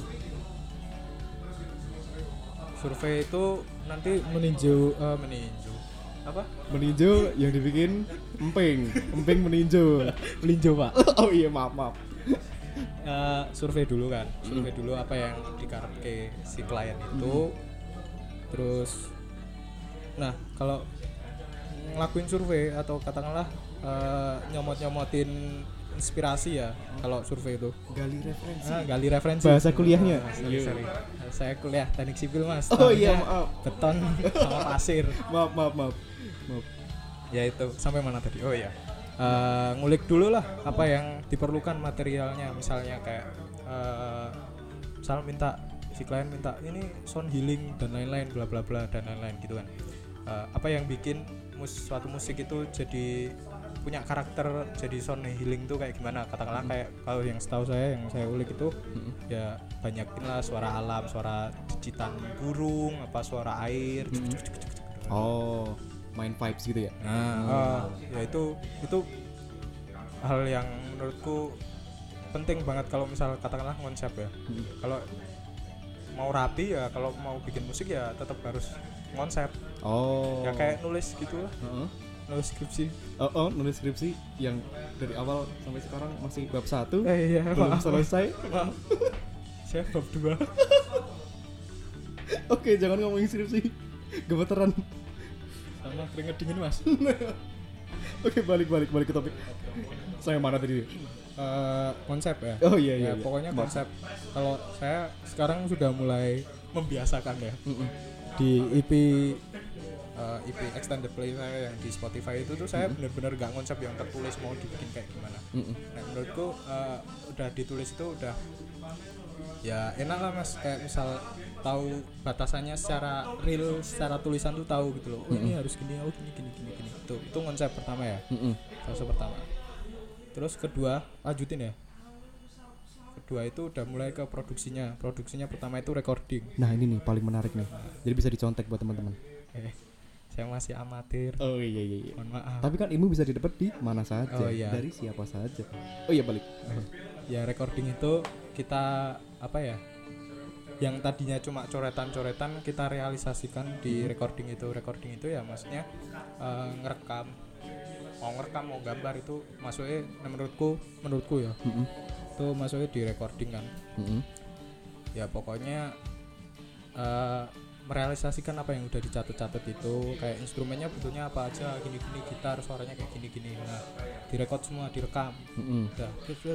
Survei itu nanti meninjau, uh, meninjau apa? Meninjau yang dibikin emping, emping meninjau. Meninjau pak. Oh iya maaf maaf. Uh, survei dulu kan, survei dulu apa yang dikarepke si klien itu. Terus, nah kalau ngelakuin survei atau katakanlah uh, nyomot-nyomotin inspirasi ya, kalau survei itu Gali referensi. ah, gali referensi. Bahasa kuliahnya. Ah, sorry, Iya. sorry. Saya kuliah teknik sipil mas. Oh iya Tahunya maaf. beton sama pasir. Maaf maaf maaf. Maaf. Ya itu sampai mana tadi? Oh ya. Uh, ngulik dulu lah apa yang diperlukan materialnya, misalnya kayak uh, misal minta si klien minta ini sound healing dan lain-lain bla bla bla dan lain-lain gitu kan. Uh, apa yang bikin mus suatu musik itu jadi punya karakter jadi sound healing tuh kayak gimana, katakanlah kayak kalau yang setahu saya yang saya ulik itu ya banyakin lah suara alam, suara cicitan burung, apa suara air. Oh, main vibes gitu ya. Nah, uh, ya itu itu hal yang menurutku penting banget kalau misal katakanlah konsep ya. Hmm. Kalau mau rapi ya, kalau mau bikin musik ya tetap harus konsep. Oh. Ya kayak nulis gitu lah, Heeh. nulis skripsi. Oh, oh, nulis skripsi yang dari awal sampai sekarang masih bab satu. Eh iya, belum maaf. selesai. Maaf. Saya bab dua. Oke, jangan ngomongin skripsi. Gemeteran. Sama keringet dingin mas. Oke, balik balik balik ke topik. Saya mana tadi? Uh, konsep ya. Oh iya iya. Ya, iya. pokoknya Maaf. konsep. Kalau saya sekarang sudah mulai membiasakan ya. Mm-mm. Di E P uh, E P extended play saya yang di Spotify itu tuh saya benar-benar gak konsep yang tertulis mau dibikin kayak gimana. Mm-mm. Nah menurutku uh, udah ditulis itu udah ya enak lah mas, kayak misal tahu batasannya secara real, secara tulisan tuh tahu gitu loh. Oh ini harus gini, oh gini gini gini gini. Itu itu konsep pertama ya. Mm-mm. Konsep pertama. Terus kedua lanjutin ya. Kedua itu udah mulai ke produksinya. Produksinya pertama itu recording. Nah ini nih paling menarik nih. Jadi bisa dicontek buat teman-teman. Eh, saya masih amatir. Oh iya iya iya. Mohon maaf. Tapi kan ilmu bisa didapat di mana saja, Oh, iya. dari siapa saja. Oh iya balik. Ya recording itu kita apa ya? Yang tadinya cuma coretan-coretan kita realisasikan di recording itu. Recording itu ya maksudnya uh, ngerekam. Mau ngerekam mau gambar itu masuknya menurutku menurutku ya. Mm-mm. Itu masuknya di recording kan. Mm-mm. Ya pokoknya uh, merealisasikan apa yang udah dicatat-catat itu, kayak instrumennya bentuknya apa aja, gini-gini, gitar suaranya kayak gini-gini. Nah, direkod semua, direkam. Mm-mm. Udah.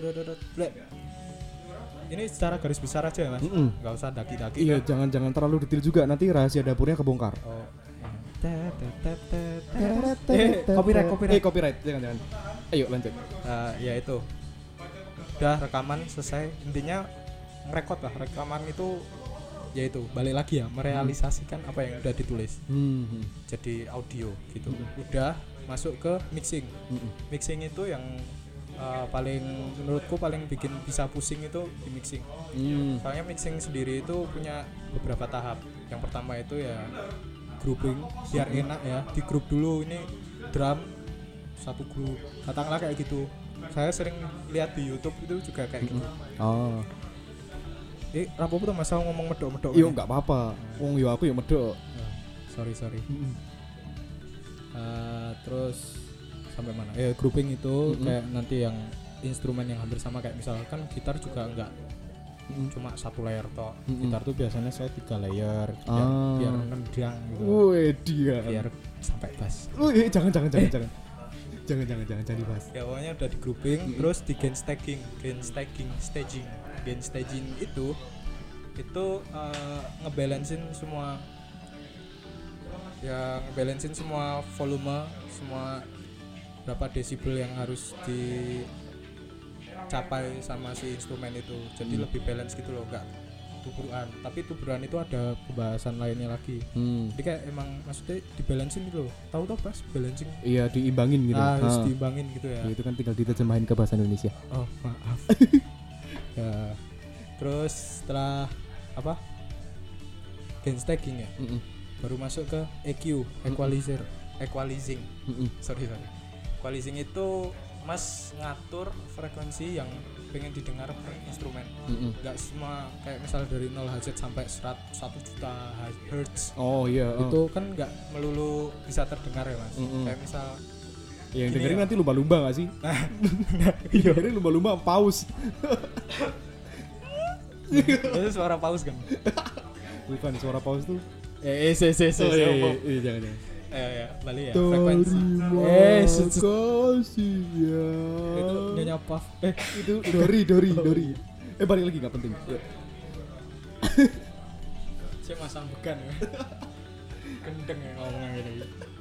Ini secara garis besar aja ya, Mas. Mm-mm. Enggak usah daki-daki. Iya, kan? jangan-jangan terlalu detail juga, nanti rahasia dapurnya kebongkar. Oh. Eh, copyright, copyright. Eh, copyright, jangan jangan. Ayo lanjut. Uh, ya itu udah rekaman selesai, intinya ngerekod lah. Rekaman itu yaitu balik lagi ya merealisasikan hmm. apa yang udah ditulis hmm. jadi audio gitu. hmm. Udah masuk ke mixing. hmm. Mixing itu yang uh, paling menurutku paling bikin bisa pusing itu di mixing. hmm. Soalnya mixing sendiri itu punya beberapa tahap. Yang pertama itu ya grouping biar hmm. enak ya, di group dulu ini drum satu grup katakanlah kayak gitu. Saya sering lihat di YouTube itu juga kayak gitu. Oh. Eh, rapopo tuh masa ngomong medok-medok. Iya enggak apa-apa. Wong yo aku yo medok. Oh, sorry sorry. Mm-hmm. Uh, terus sampai mana? Eh grouping itu mm-hmm. kayak nanti yang instrumen yang hampir sama kayak misalkan gitar juga enggak mm-hmm. cuma satu layer toh. Mm-hmm. Gitar tuh biasanya saya tiga layer biar, ah. biar nendang gitu. Wih, dia. Biar sampai bass. Wih, jangan jangan jangan eh. jangan. Jangan jangan jangan jadi bahas. Ya pokoknya udah di grouping, mm-hmm. terus di gain staging, gain staging, staging, gain staging itu itu uh, ngebalancein semua, ya ngebalancein semua volume, semua berapa desibel yang harus dicapai sama si instrumen itu. Jadi mm. lebih balance gitu loh, enggak tuburan. Tapi tuburan itu ada pembahasan lainnya lagi. Hmm. Jadi kayak emang maksudnya dibalancing gitu loh. Tahu toh pas balancing? Iya, diimbangin gitu. Ah, harus diimbangin gitu ya. ya. Itu kan tinggal diterjemahin ke bahasa Indonesia. Oh, maaf. Ya. Terus setelah apa? Gain staging ya. Mm-mm. Baru masuk ke E Q, equalizer, Mm-mm. equalizing. Mm-mm. Sorry, sorry. Equalizing itu Mas ngatur frekuensi yang pengen didengar per instrumen. Mm-hmm. Gak semua kayak misal dari nol hertz sampai satu juta hertz. Oh iya. Itu oh. kan gak melulu bisa terdengar ya Mas. Mm-hmm. Kayak misal ya, yang dengerin ya. Nanti lumba-lumba gak sih? Iya, dengerin lumba-lumba paus. Itu suara paus kan? Bukan, suara paus tuh. Eh, eh, se, se, se, oh, iya, iya, iya, jangan, jangan. Eh, ya, balik ya, frekuensi. Eh, kasih ya. Itu nyanyi apa? Eh, itu Dori, Dori, Dori. Eh, balik lagi nggak penting. Ya. Saya masang bekan ya. Gendeng ya ngomongnya gini.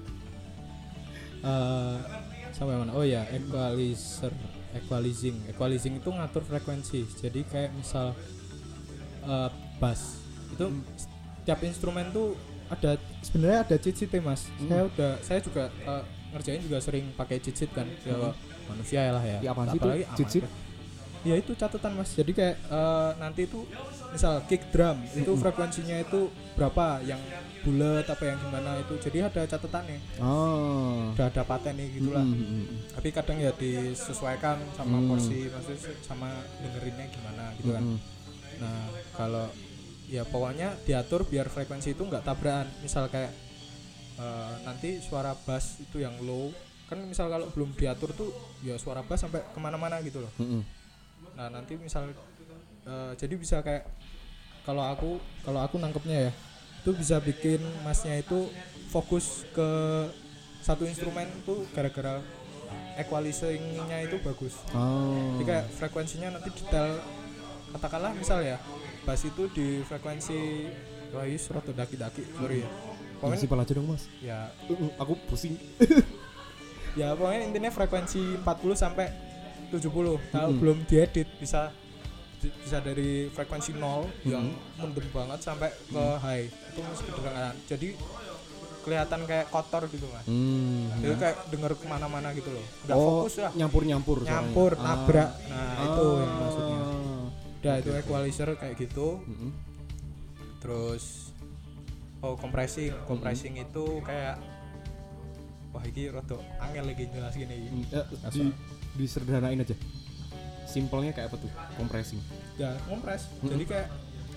Uh, sampai mana? Oh ya, equalizer, equalizing. Equalizing itu ngatur frekuensi. Jadi kayak misal uh, bass itu hmm. tiap instrumen tuh ada sebenarnya ada cheat sheet Mas. Hmm. Saya udah saya juga uh, ngerjain juga sering pakai cheat sheet kan. Ya hmm. manusia lah ya. Ya apa sih itu cheat sheet? Ya itu catatan Mas. Jadi kayak uh, nanti itu misal kick drum hmm. itu frekuensinya itu berapa, yang bulat apa yang gimana itu. Jadi ada catatannya. Oh. Udah ada patennya gitulah. Hmm. Tapi kadang ya disesuaikan sama hmm. porsi, maksudnya sama dengerinnya gimana gitu kan. Hmm. Nah, kalau ya pokoknya diatur biar frekuensi itu nggak tabrakan. Misal kayak uh, nanti suara bass itu yang low kan, misal kalau belum diatur tuh ya suara bass sampai kemana-mana gitu loh. Mm-hmm. Nah nanti misal uh, jadi bisa kayak kalau aku kalau aku nangkepnya ya itu bisa bikin masnya itu fokus ke satu instrumen tuh gara-gara equalizingnya itu bagus. Oh. Jadi kayak frekuensinya nanti detail. Katakanlah misal ya bass itu di frekuensi wais roto daki-daki, sorry ya. Pokoknya simpel aja dong Mas. Ya, uh, aku pusing. Ya pokoknya intinya frekuensi empat puluh sampai tujuh puluh. Kalau mm-hmm. belum diedit bisa bisa dari frekuensi nol mm-hmm. yang mendem banget sampai ke mm-hmm. high. Itu masih kedengaran. Jadi kelihatan kayak kotor gitu Mas. Mm-hmm. Jadi kayak denger kemana-mana gitu loh. Udah oh, fokus lah. Nyampur-nyampur. Nyampur, soalnya. nabrak. Nah, ah. itu yang maksudnya. Udah itu equalizer kayak gitu. Mm-hmm. Terus oh compressing, compressing mm-hmm. itu kayak wah ini rada angel lagi jelas gini. Mm, ya, di disederhanain aja. Simpelnya kayak apa tuh? Compressing. Ya, kompres. Mm-hmm. Jadi kayak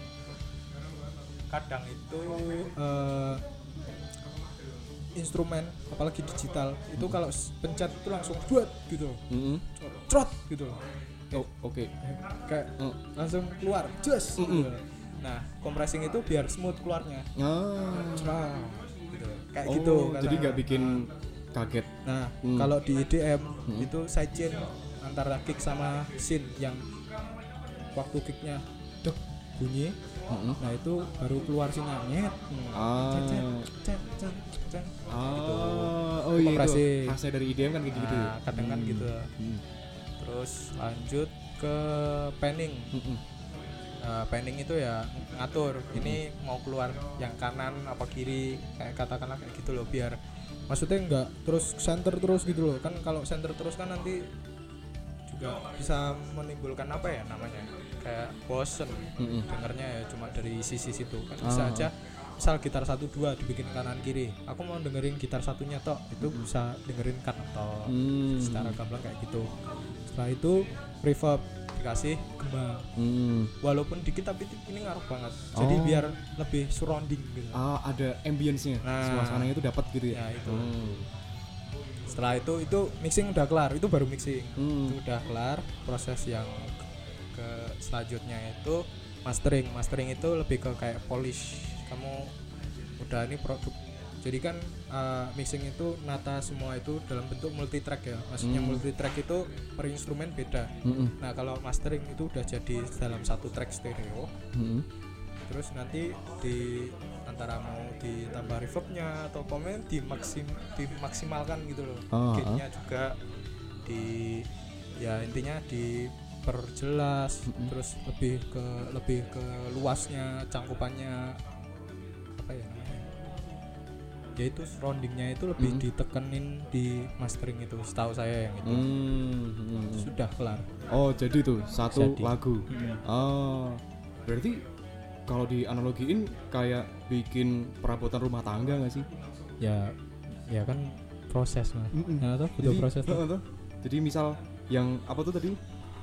kadang itu uh, instrumen apalagi digital itu mm-hmm. kalau pencet itu langsung buat gitu. Mm-hmm. Trot gitu. Oh, oke. Okay. Kayak uh. langsung keluar, jos. Mm-hmm. Gitu. Nah, compressing itu biar smooth keluarnya. Ah. Cerah. Gitu. Kayak oh, gitu. Jadi nggak bikin kaget. Nah, hmm. kalau di E D M hmm. itu sidechain antara kick sama synth yang waktu kicknya dek bunyi, Mm-mm. Nah itu baru keluar sinyal nyet. Ah. Cet, cet, cet, cet, cet. Ah, Gitu. oh iya Kompresi. itu khasnya dari I D M kan kayak gitu. Nah, kadang kan gitu. Hmm. Terus lanjut ke panning. Mm-mm. Uh, panning itu ya ngatur ini mau keluar yang kanan apa kiri kayak katakanlah kayak gitu loh, biar maksudnya enggak terus center terus gitu loh kan. Kalau center terus kan nanti juga bisa menimbulkan apa ya namanya kayak bosen. Mm-mm. dengarnya ya cuma dari sisi situ kan. Bisa Ah. aja misal gitar satu dua dibikin kanan kiri, aku mau dengerin gitar satunya tok, itu bisa dengerin kan atau Hmm. secara gamblang kayak gitu. Setelah itu reverb dikasih kembang, Hmm. walaupun dikit tapi ini ngaruh banget, jadi Oh. biar lebih surrounding gitu. Ah, ada ambience-nya. Nah. Suasananya itu dapat gitu ya. Ya itu. Hmm. Setelah itu itu mixing udah kelar, itu baru mixing. Hmm. Itu udah kelar. Proses yang ke selanjutnya itu mastering. Mastering itu lebih ke kayak polish. Kamu udah ini produk. Jadi kan uh, mixing itu nata semua itu dalam bentuk multi track ya. Maksudnya Hmm. multi track itu per instrumen beda. Mm-mm. Nah, kalau mastering itu udah jadi dalam satu track stereo. Mm-mm. Terus nanti di antara mau ditambah reverbnya atau komen dimaksim dimaksimalkan gitu loh. Ah, Gainnya juga di ya intinya diperjelas. Mm-mm. Terus lebih ke lebih ke luasnya cangkupannya apa ya namanya, yaitu surroundingnya itu lebih Mm-mm. ditekenin di mastering itu, setahu saya yang itu. Hmm. Hmm. Sudah kelar. Oh, jadi tuh satu Jadi. lagu. Hmm. Oh, berarti kalau dianalogiin kayak bikin perabotan rumah tangga nggak sih? Ya ya kan proses mas. Mm-mm. Nah, tuh butuh Jadi- proses tuh. Heeh, tuh. Jadi misal yang apa tuh tadi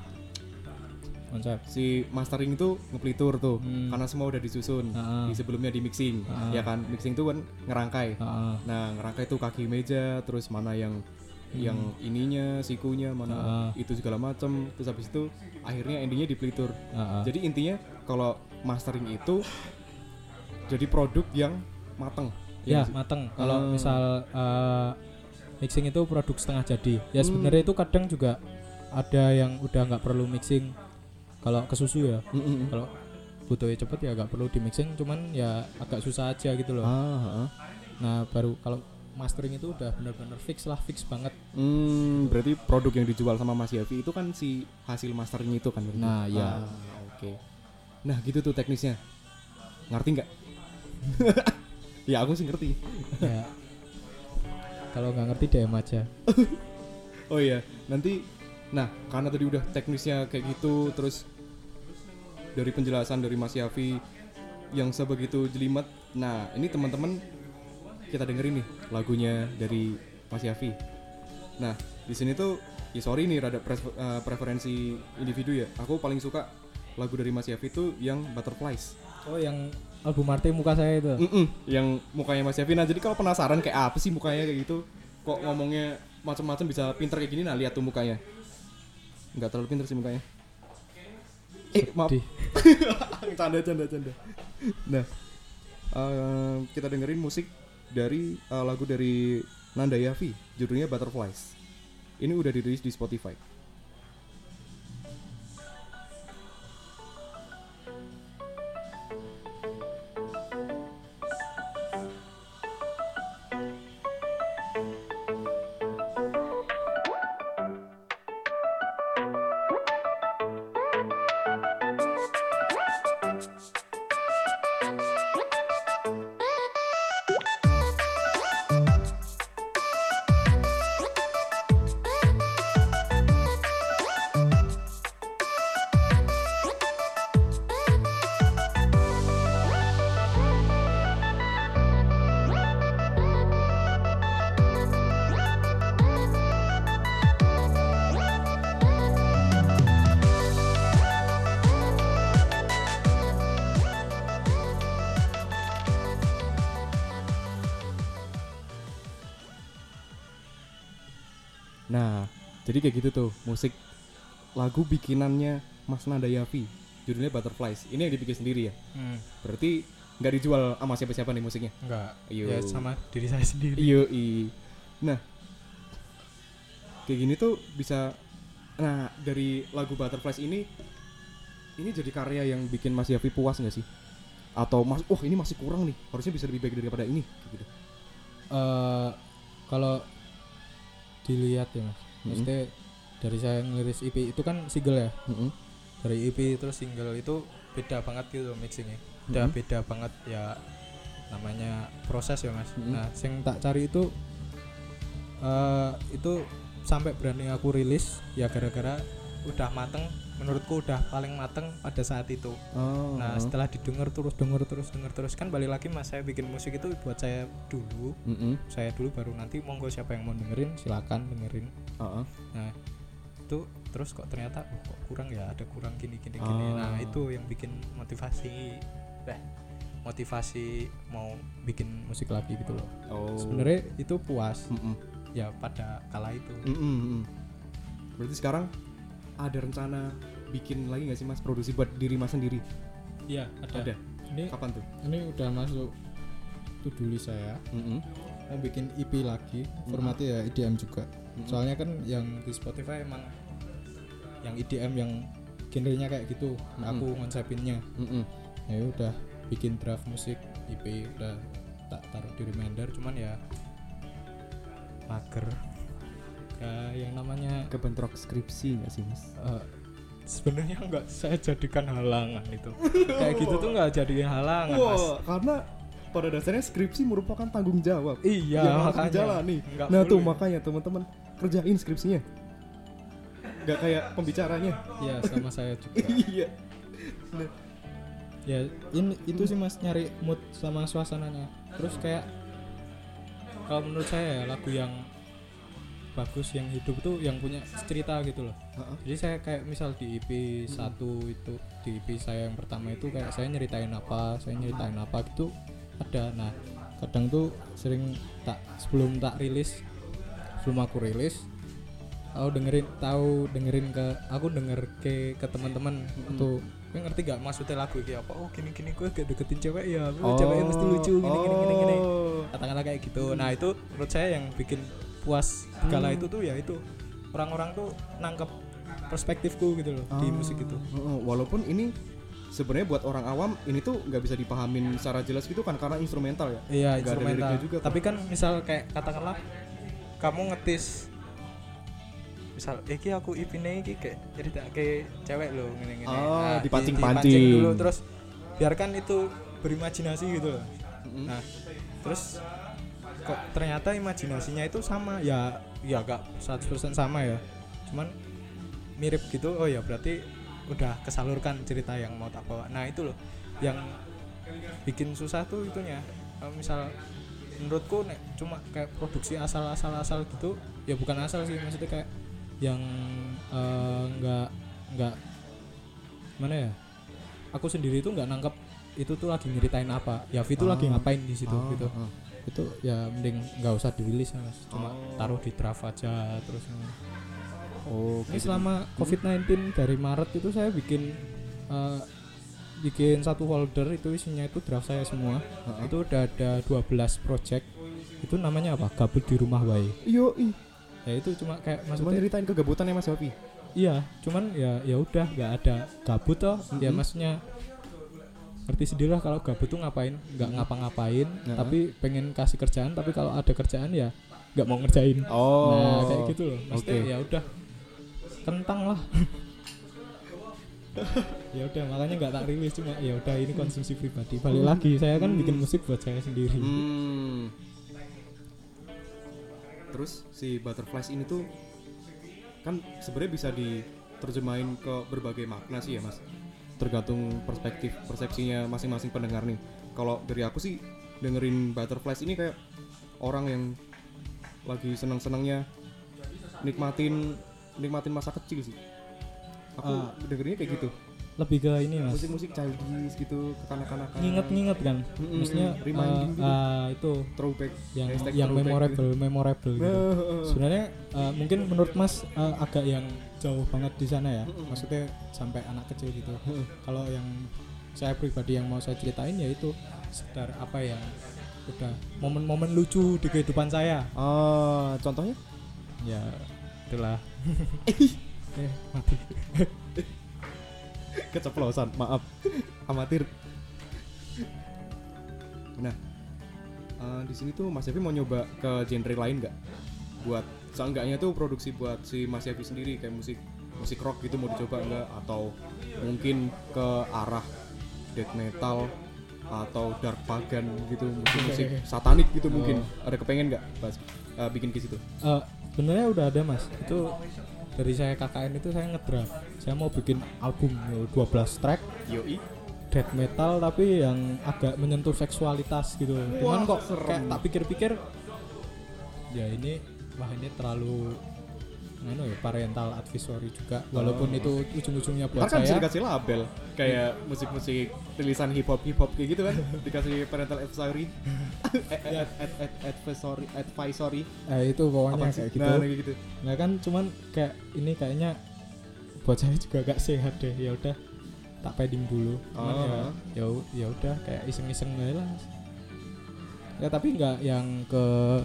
Konsep. si mastering itu ngepelitur tuh, Hmm. karena semua udah disusun. Ah. Di sebelumnya di mixing, Ah. ya kan? Mixing tuh kan ngerangkai. Heeh. Nah, ngerangkai tuh kaki meja, terus mana yang yang ininya, sikunya, mana Ah. itu segala macem. Terus habis itu akhirnya endingnya dipelitur. Heeh. Jadi intinya kalau mastering itu jadi produk yang mateng. Ya, nggak sih? mateng. Kalau Ah. misal uh, mixing itu produk setengah jadi. Ya Hmm. sebenarnya itu kadang juga ada yang udah nggak perlu mixing. Kalau ke susu ya, Mm-mm. kalau butuhnya cepet ya nggak perlu di mixing, cuman ya agak susah aja gitu loh. Ah, ah. Nah baru kalau mastering itu udah benar-benar fix lah, fix banget. Hmm, berarti produk yang dijual sama Mas Yafi itu kan si hasil masternya itu kan berarti? Nah, ya. Ah, oke. Nah, gitu tuh teknisnya. Ngerti nggak? Ya aku sih ngerti. Ya kalau nggak ngerti D M aja. Oh iya, nanti nah karena tadi udah teknisnya kayak gitu, terus dari penjelasan dari Mas Yafi yang sebegitu jelimet. Nah, ini teman-teman kita dengerin nih lagunya dari Mas Yafi. Nah, di sini tuh ya sorry nih rada pres- uh, preferensi individu ya. Aku paling suka lagu dari Mas Yafi tuh yang Butterflies. Oh yang album Marte muka saya itu. Mm-mm, yang mukanya Mas Yafi. Nah, jadi kalau penasaran kayak apa sih mukanya kayak gitu, kok ngomongnya macam-macam bisa pinter kayak gini, nah lihat tuh mukanya. Nggak terlalu pinter sih mukanya. Eh, maaf. Sedih. canda, canda, canda. Nah, uh, kita dengerin musik dari uh, lagu dari Nanda Yafi, judulnya Butterflies. Ini udah dirilis di Spotify. Nah, jadi kayak gitu tuh musik lagu bikinannya Mas Nanda Yafi, judulnya Butterflies. Ini yang dibikin sendiri ya. Hmm, Berarti nggak dijual sama siapa-siapa nih musiknya. enggak. Iyo. Ya sama diri saya sendiri. Iya, i. Nah, kayak gini tuh bisa. Nah, dari lagu Butterflies ini, ini jadi karya yang bikin Mas Yafi puas nggak sih? atau mas, oh ini masih kurang nih, harusnya bisa lebih baik daripada ini gitu. Uh, kalau dilihat ya mas, mm-hmm. maksudnya dari saya ngeliris E P itu kan single ya, mm-hmm. dari E P terus single itu beda banget gitu mixingnya, udah mm-hmm. beda banget ya, namanya proses ya mas. Mm-hmm. Nah yang tak cari itu uh, itu sampai berani aku rilis ya gara-gara udah mateng, menurutku udah paling mateng pada saat itu. Oh, nah setelah didengar terus denger terus denger terus kan balik lagi mas, saya bikin musik itu buat saya dulu, mm-hmm. saya dulu baru nanti monggo siapa yang mau dengerin silakan dengerin. Uh-uh. Nah itu terus kok ternyata oh, kok kurang ya, ada kurang gini gini gini. Oh. Nah itu yang bikin motivasi, eh motivasi mau bikin musik lagi gitu loh. Oh. Sebenarnya itu puas, mm-mm. ya pada kala itu. Mm-mm. Berarti sekarang ada rencana bikin lagi nggak sih mas, produksi buat diri mas sendiri? Iya ada. Ada. Ini kapan tuh? Ini udah masuk to-do list saya. Mm-hmm. Mau bikin E P lagi, formatnya mm-hmm. ya E D M juga. Mm-hmm. Soalnya kan yang di Spotify emang yang E D M yang genrenya kayak gitu, mm-hmm. aku ngonsepinnya. Mm-hmm. Ya udah bikin draft musik E P udah tak taruh di reminder, cuman ya mager. Ya, yang namanya kebentrok skripsi nggak sih mas? Uh, sebenarnya nggak saya jadikan halangan itu. Kayak gitu tuh nggak jadi halangan wow, mas. Karena pada dasarnya skripsi merupakan tanggung jawab. Iya. Yang harus dijalani. Nah boleh. Tuh makanya teman-teman kerjain skripsinya. Nggak kayak pembicaranya. Iya sama saya juga. Iya. Nah. Ya ini itu sih mas, nyari mood sama suasananya. Terus kayak kalau menurut saya ya, lagu yang bagus yang hidup tuh yang punya cerita gitu loh. Uh-uh. Jadi saya kayak misal di E P satu hmm. itu di E P saya yang pertama itu kayak saya nyeritain apa, saya nyeritain apa gitu ada. Nah, kadang tuh sering tak sebelum tak rilis, sebelum aku rilis, aku dengerin tahu dengerin ke aku denger ke ke teman-teman hmm. tuh, gue ngerti gak maksudnya lagu ini apa? Oh gini gini gue gak deketin cewek ya, oh, ceweknya mesti lucu gini oh. gini gini gini. Katakanlah kayak gitu. Nah itu menurut saya yang bikin puas kala hmm. itu tuh ya itu orang-orang tuh nangkep perspektifku gitu loh ah, di musik itu. Walaupun ini sebenarnya buat orang awam ini tuh nggak bisa dipahamin secara jelas gitu kan karena instrumental ya. Iya gak instrumental. Juga, tapi kan misal kayak katakanlah kamu ngetis, misal iki aku E P-ne iki kayak cerita kayak cewek loh ngene-ngene. Oh, nah, dipancing-pancing di, dulu terus biarkan itu berimajinasi gitu loh. Mm-hmm. Nah, terus kok ternyata imajinasinya itu sama ya, ya gak seratus persen sama ya, cuman mirip gitu. Oh ya berarti udah kesalurkan cerita yang mau tak bawa. Nah itu loh yang bikin susah tuh itunya. Kalau misal menurutku nek cuma kayak produksi asal-asal-asal gitu ya, bukan asal sih, maksudnya kayak yang uh, nggak nggak mana ya, aku sendiri tuh nggak nangkep itu tuh lagi nyeritain apa, Yavi tuh oh. lagi ngapain di situ oh. gitu. Oh. Itu ya mending nggak usah dirilis ya mas, cuma oh. taruh di draft aja terus. Oh, ini selama covid sembilan belas dari Maret itu saya bikin uh, bikin satu folder, itu isinya itu draft saya semua. Uh-huh. Itu udah ada dua belas project. Itu namanya apa? Gabut di rumah wae. Yo i. Ya itu cuma kayak maksudnya cuma nyeritain kegabutannya Mas Yavi. Iya, cuman ya ya udah nggak ada gabut toh. Mm-hmm. Ya maksudnya ngerti sendiri lah kalau gabut tuh ngapain, nggak ngapa-ngapain, nah. tapi pengen kasih kerjaan, tapi kalau ada kerjaan ya nggak mau ngerjain. Oh. Nah kayak gitu loh. Maksudnya okay. ya udah kentang lah. Ya udah makanya nggak tak rilis, cuma ya udah ini konsumsi pribadi. Balik hmm. lagi saya kan hmm. bikin musik buat saya sendiri. Hmm. Terus si Butterflies ini tuh kan sebenarnya bisa diterjemahin ke berbagai makna sih ya mas, tergantung perspektif persepsinya masing-masing pendengar nih. Kalau dari aku sih dengerin Butterflies ini kayak orang yang lagi senang-senangnya nikmatin nikmatin masa kecil sih. Aku uh, dengerinnya kayak gitu. Lebih ke ini mas, musik-musik childish gitu, kekanak-kanakan. Nginget-nginget kan, mm-hmm. maksudnya uh, gitu. uh, itu throwback yang yang throwback memorable, gitu. memorable gitu. Sebenarnya uh, mungkin menurut mas uh, agak yang jauh banget di sana ya, maksudnya sampai anak kecil gitu. Kalau yang saya pribadi yang mau saya ceritain ya itu sekedar apa yang udah momen-momen lucu di kehidupan saya. Oh, contohnya? Ya, itulah. eh, mati. Keceplosan, maaf. Amatir. Nah, uh, di sini tuh Mas Yafi mau nyoba ke genre lain nggak? Buat seenggaknya tuh produksi buat si Mas Yafi sendiri kayak musik musik rock gitu mau dicoba nggak? Atau mungkin ke arah death metal atau dark pagan gitu, musik-musik satanik gitu mungkin. Oh. Ada kepengen nggak pas uh, bikin ke situ? Uh, sebenarnya udah ada Mas. Itu dari saya K K N itu saya ngedraft. Saya mau bikin album dua belas track. Yoi. Death metal tapi yang agak menyentuh seksualitas gitu. Cuman kok serem. kayak tak pikir-pikir ya ini wah ini terlalu anu ya parental advisory juga walaupun Oh. itu ujung-ujungnya buat Kan bisa saya dikasih label kayak musik-musik rilisan hip hop hip hop kayak gitu kan dikasih parental advisory ad, ad, ad, advisory advisory eh, itu pokoknya apa sih? kayak gitu. Nah, kayak gitu. Nah kan cuman kayak ini kayaknya buat saya juga gak sehat deh. Ya udah tak padding dulu. Cuman Oh. ya ya ya udah kayak iseng-iseng aja lah. Ya tapi nggak yang ke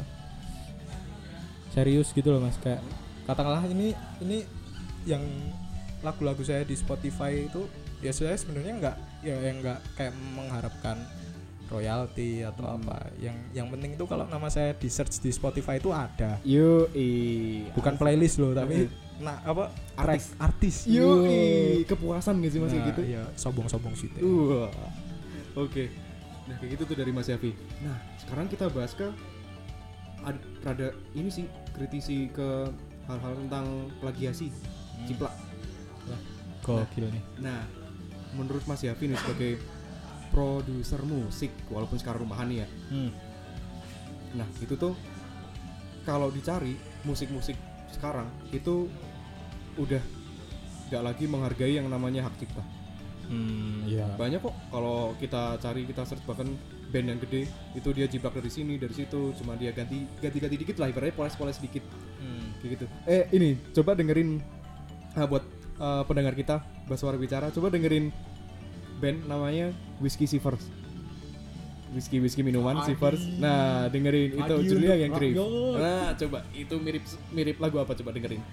serius gitu loh Mas, kayak katakanlah ini ini yang lagu-lagu saya di Spotify itu ya saya sebenarnya nggak ya yang nggak kayak mengharapkan royalti atau Hmm. apa. Yang yang penting itu kalau nama saya di search di Spotify itu ada. Yoi. Bukan playlist loh tapi Hmm. nah apa Artis. track artis. Yoi. Kepuasan gak sih Mas Nah, kayak gitu? iya, sombong-sombong sih. Uh. Oke. Nah, kayak gitu tuh dari Mas Yafi. Nah, sekarang kita bahas ke ad, rada ini sih kritisi ke hal-hal tentang plagiasi, Hmm. ciplak. Gokil nih. Nah, menurut Mas Yafi nih sebagai produser musik walaupun sekarang rumahan nih ya. Hmm. Nah, itu tuh kalau dicari musik-musik sekarang itu udah gak lagi menghargai yang namanya hak cipta. Hmm, iya. Banyak kok kalau kita cari kita search bahkan band yang gede itu dia jiplak dari sini dari situ cuma dia ganti ganti-ganti dikit lah ibaratnya poles-poles dikit Hmm. kayak gitu. Eh ini coba dengerin ah, buat uh, pendengar kita Baswara Bicara coba dengerin band namanya Whiskey Shivers. Whisky whisky minuman Shivers. Nah dengerin itu Adi judulnya untuk yang Grave. rakyat. Nah coba itu mirip mirip lagu apa coba dengerin.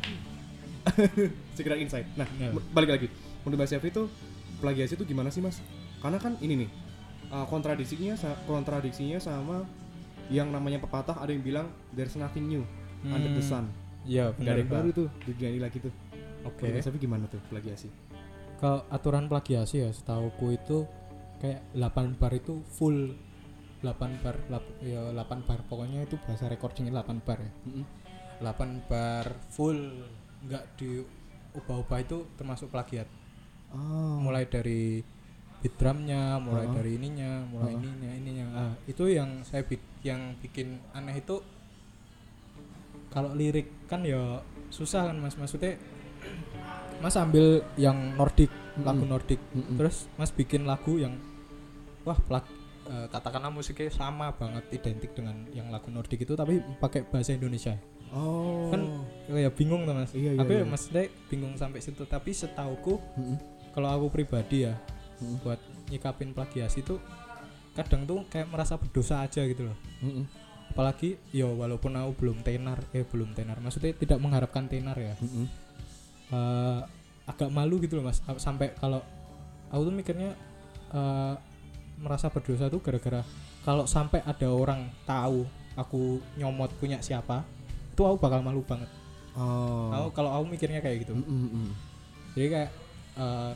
Secret Insight. Nah Nah. m- balik lagi menurut Mas Yafi itu plagiasi itu gimana sih Mas? Karena kan ini nih uh, kontradiksinya sa- kontradiksinya sama yang namanya pepatah ada yang bilang there's nothing new under the sun. Iya, Gak benar ada yang baru Pak. tuh di dunia ini lagi tuh. Oke. Menurut Mas Yafi gimana tuh plagiasi? Kalau aturan plagiasi ya setauku itu kayak delapan bar itu full delapan bar lap- ya delapan bar pokoknya itu bahasa recordingnya delapan bar ya. Mm-mm. delapan bar full enggak diubah-ubah itu termasuk plagiat. Oh. Mulai dari beat drumnya, mulai Uh-huh. dari ininya, mulai Uh-huh. ininya, ininya. Ah, itu yang saya bik- yang bikin aneh itu kalau lirik kan ya susah kan Mas, maksudnya Mas ambil yang Nordic, lagu Mm-mm. Nordic, Mm-mm. terus Mas bikin lagu yang wah plag eh, katakanlah musiknya sama banget identik dengan yang lagu Nordic itu tapi pakai bahasa Indonesia. Oh. Kan ya bingung tuh Mas. Iya, iya, Aku iya. ya maksudnya bingung sampai situ, tapi setauku Mm-mm. kalau aku pribadi ya Mm-mm. buat nyikapin plagiasi itu kadang tuh kayak merasa berdosa aja gitu loh. Mm-mm. Apalagi ya walaupun aku belum tenar, eh belum tenar, maksudnya tidak mengharapkan tenar ya. Mm-mm. Eh, agak malu gitu loh Mas, sampai kalau aku tuh mikirnya eh, merasa berdosa tuh gara-gara kalau sampai ada orang tahu aku nyomot punya siapa, itu aku bakal malu banget. Oh. Aku kalau aku mikirnya kayak gitu. Mm-mm. Jadi kayak eh,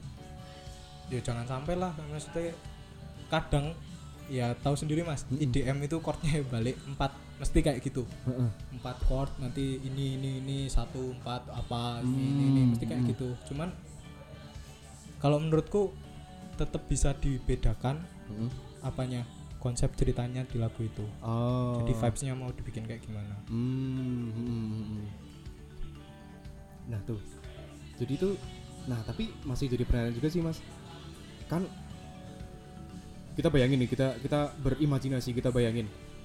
ya jangan sampai lah, maksudnya kadang ya tahu sendiri Mas, Mm-mm. E D M itu chordnya balik empat mesti kayak gitu. Heeh. Empat chord nanti ini ini ini satu empat apa ini ini, ini Hmm, mesti kayak hmm. gitu. Cuman kalau menurutku tetap bisa dibedakan Mm-mm. apanya konsep ceritanya di lagu itu. Oh. Jadi vibes-nya mau dibikin kayak gimana. Hmm, hmm, hmm, hmm. Nah tuh, jadi tuh, nah tapi masih jadi pertanyaan juga sih Mas. Kan kita bayangin nih, kita kita berimajinasi, kita bayangin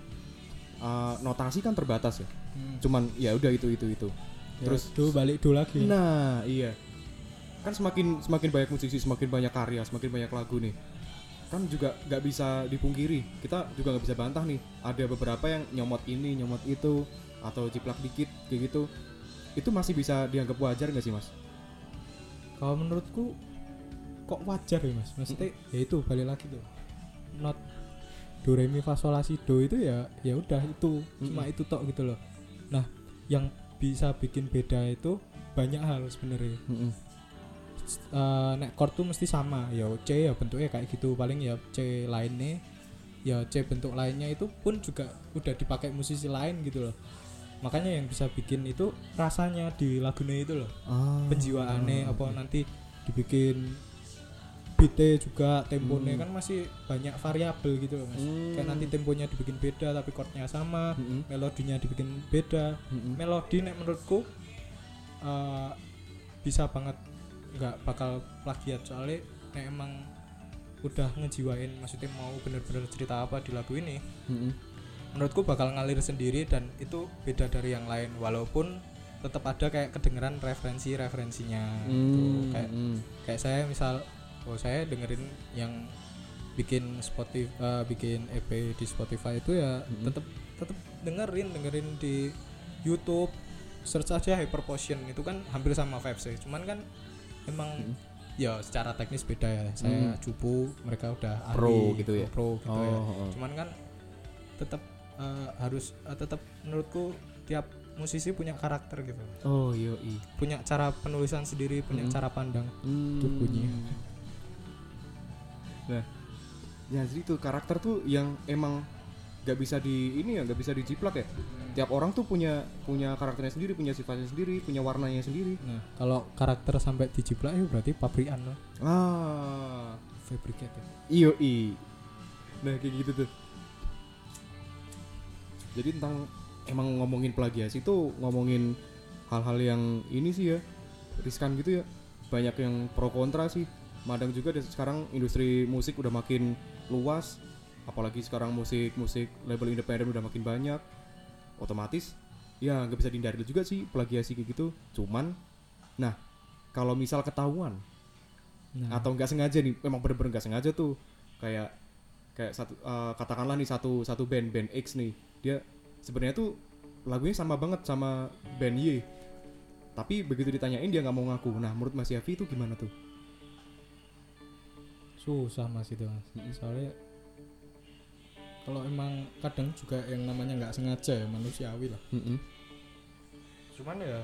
uh, notasi kan terbatas ya. Hmm. Cuman ya udah itu itu itu. Terus Terus do balik do lagi. nah iya, kan semakin semakin banyak musisi, semakin banyak karya, semakin banyak lagu nih. Kan juga nggak bisa dipungkiri, kita juga nggak bisa bantah nih. Ada beberapa yang nyomot ini, nyomot itu, atau ciplak dikit kayak gitu. Itu masih bisa dianggap wajar nggak sih Mas? Kalau menurutku kok wajar ya Mas. Maksudnya ya itu balik lagi tuh. Not do re mi fa sol la si do itu ya ya udah itu mm-hmm. cuma itu tok gitu loh. Nah yang bisa bikin beda itu banyak hal sebenarnya. Mm-hmm. Uh, nek chord tuh mesti sama ya C ya bentuknya kayak gitu, paling ya C lainnya ya C bentuk lainnya itu pun juga udah dipakai musisi lain gitu loh. Makanya yang bisa bikin itu rasanya di lagunya itu loh, ah, penjiwaannya ah, apa okay. Nanti dibikin beatnya juga temponya hmm. kan masih banyak variabel gitu loh mas. Hmm. Kayak nanti temponya dibikin beda tapi chordnya sama, hmm. melodinya dibikin beda. Hmm. Melodi nek menurutku uh, bisa banget nggak bakal plagiat soalnya nek emang udah ngejiwain, maksudnya mau bener-bener cerita apa di lagu ini. Hmm. Menurutku bakal ngalir sendiri dan itu beda dari yang lain walaupun tetap ada kayak kedengeran referensi-referensinya hmm. gitu. Kayak hmm. kayak saya misal oh saya dengerin yang bikin Spotify uh, bikin E P di Spotify itu ya mm-hmm. tetap tetap dengerin dengerin di YouTube, search aja Hyperpotion itu kan hampir sama vibes ya. Cuman kan emang mm-hmm. ya secara teknis beda ya. Saya mm. cupu, mereka udah pro ahli, gitu ya. Pro gitu oh, ya. Oh. Cuman kan tetap uh, harus uh, tetap menurutku tiap musisi punya karakter gitu. Oh iya. Punya cara penulisan sendiri, punya mm-hmm. cara pandang mm. itu bunyi. Nah, ya jadi tuh karakter tuh yang emang nggak bisa di ini ya nggak bisa dijiplak ya. Hmm. Tiap orang tuh punya punya karakternya sendiri, punya sifatnya sendiri, punya warnanya sendiri. Nah, kalau karakter sampai dijiplak itu berarti pabrikan loh. Ah, fabricate. Iyo i. Nah kayak gitu tuh. Jadi tentang emang ngomongin plagiasi tuh ngomongin hal-hal yang ini sih ya riskan gitu ya. Banyak yang pro kontra sih. Madang juga sekarang industri musik udah makin luas, apalagi sekarang musik-musik label independen udah makin banyak, otomatis ya nggak bisa dihindari juga sih plagiasi kayak gitu. Cuman, nah kalau misal ketahuan nah. atau nggak sengaja nih, memang bener-bener nggak sengaja tuh, kayak kayak satu uh, katakanlah nih satu satu band band X nih, dia sebenarnya tuh lagunya sama banget sama band Y, tapi begitu ditanyain dia nggak mau ngaku. Nah menurut Mas Yafi itu gimana tuh? Susah mas itu mas, mm-hmm. soalnya kalau emang kadang juga yang namanya nggak sengaja ya manusiawi lah. Mm-hmm. Cuman ya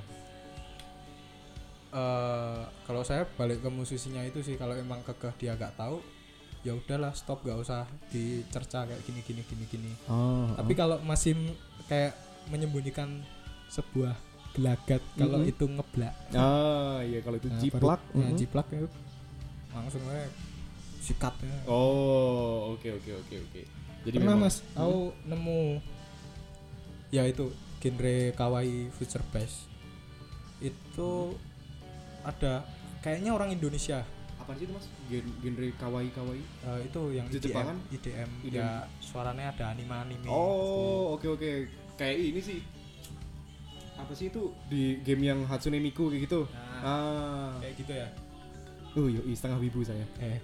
uh, kalau saya balik ke musisinya itu sih, kalau emang kekeh dia nggak tahu ya udahlah stop, nggak usah dicerca kayak gini gini gini gini. Oh, Tapi oh. kalau masih m- kayak menyembunyikan sebuah gelagat mm-hmm. kalau itu ngeblak. Ah iya kalau itu nah, jiplak, baru, mm-hmm. nah, jiplak ya langsung aja sikatnya. Oh, oke okay, oke okay, oke okay, oke. Okay. Jadi pernah memang, mas, aku hmm? nemu ya itu genre kawaii future bass. Itu hmm. ada kayaknya orang Indonesia. Apa sih itu mas? Gen- genre kawaii kawaii? Uh, itu yang I D M, I D M, I D M. Ya suaranya ada anime-anime. Oh, oke oke. Okay, okay. Kayak ini sih. Apa sih itu di game yang Hatsune Miku kayak gitu? Nah, ah. Kayak gitu ya. Oh, yoi setengah wibu saya. Eh.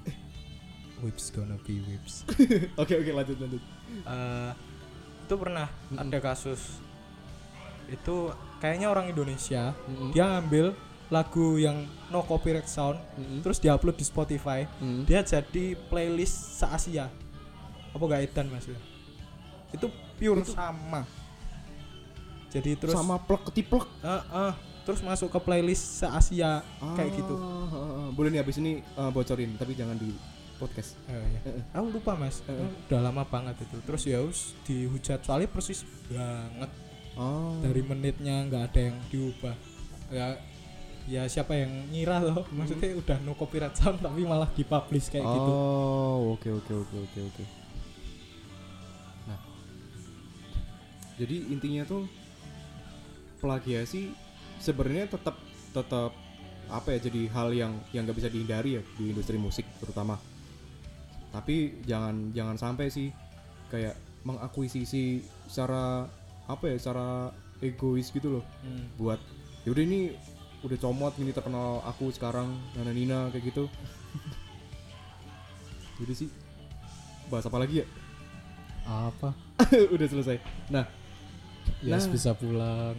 Whips gonna be whips. Oke oke lanjut lanjut. Uh, itu pernah mm-hmm. ada kasus. Itu kayaknya orang Indonesia, mm-hmm. dia ambil lagu yang no copyright sound, mm-hmm. terus dia upload di Spotify, mm-hmm. dia jadi playlist se-Asia. Apa gak edan mas? Itu pure itu sama. Jadi terus sama plek ketiplek. Uh, uh, terus masuk ke playlist se-Asia ah, kayak gitu. Uh, uh, boleh nih abis ini uh, bocorin, tapi jangan di podcast. Oh, iya. uh-uh. Aku lupa mas, uh-uh. udah lama banget itu. Terus ya us dihujat soalnya persis banget. Oh. Dari menitnya nggak ada yang diubah. Ya, ya siapa yang ngira loh? Hmm. Maksudnya udah no copyright sound tapi malah dipublish kayak oh, gitu. Oh oke oke oke oke oke. Nah, jadi intinya tuh plagiasi sebenarnya tetap tetap apa ya? Jadi hal yang yang nggak bisa dihindari ya di industri musik terutama. Tapi jangan jangan sampai sih kayak mengakuisisi secara apa ya, secara egois gitu loh. Hmm. Buat yaudah ini udah comot ini terkenal aku sekarang Nana Nina kayak gitu. Jadi sih bahas apa lagi ya? Apa? Udah selesai. Nah, yes nah. Bisa pulang.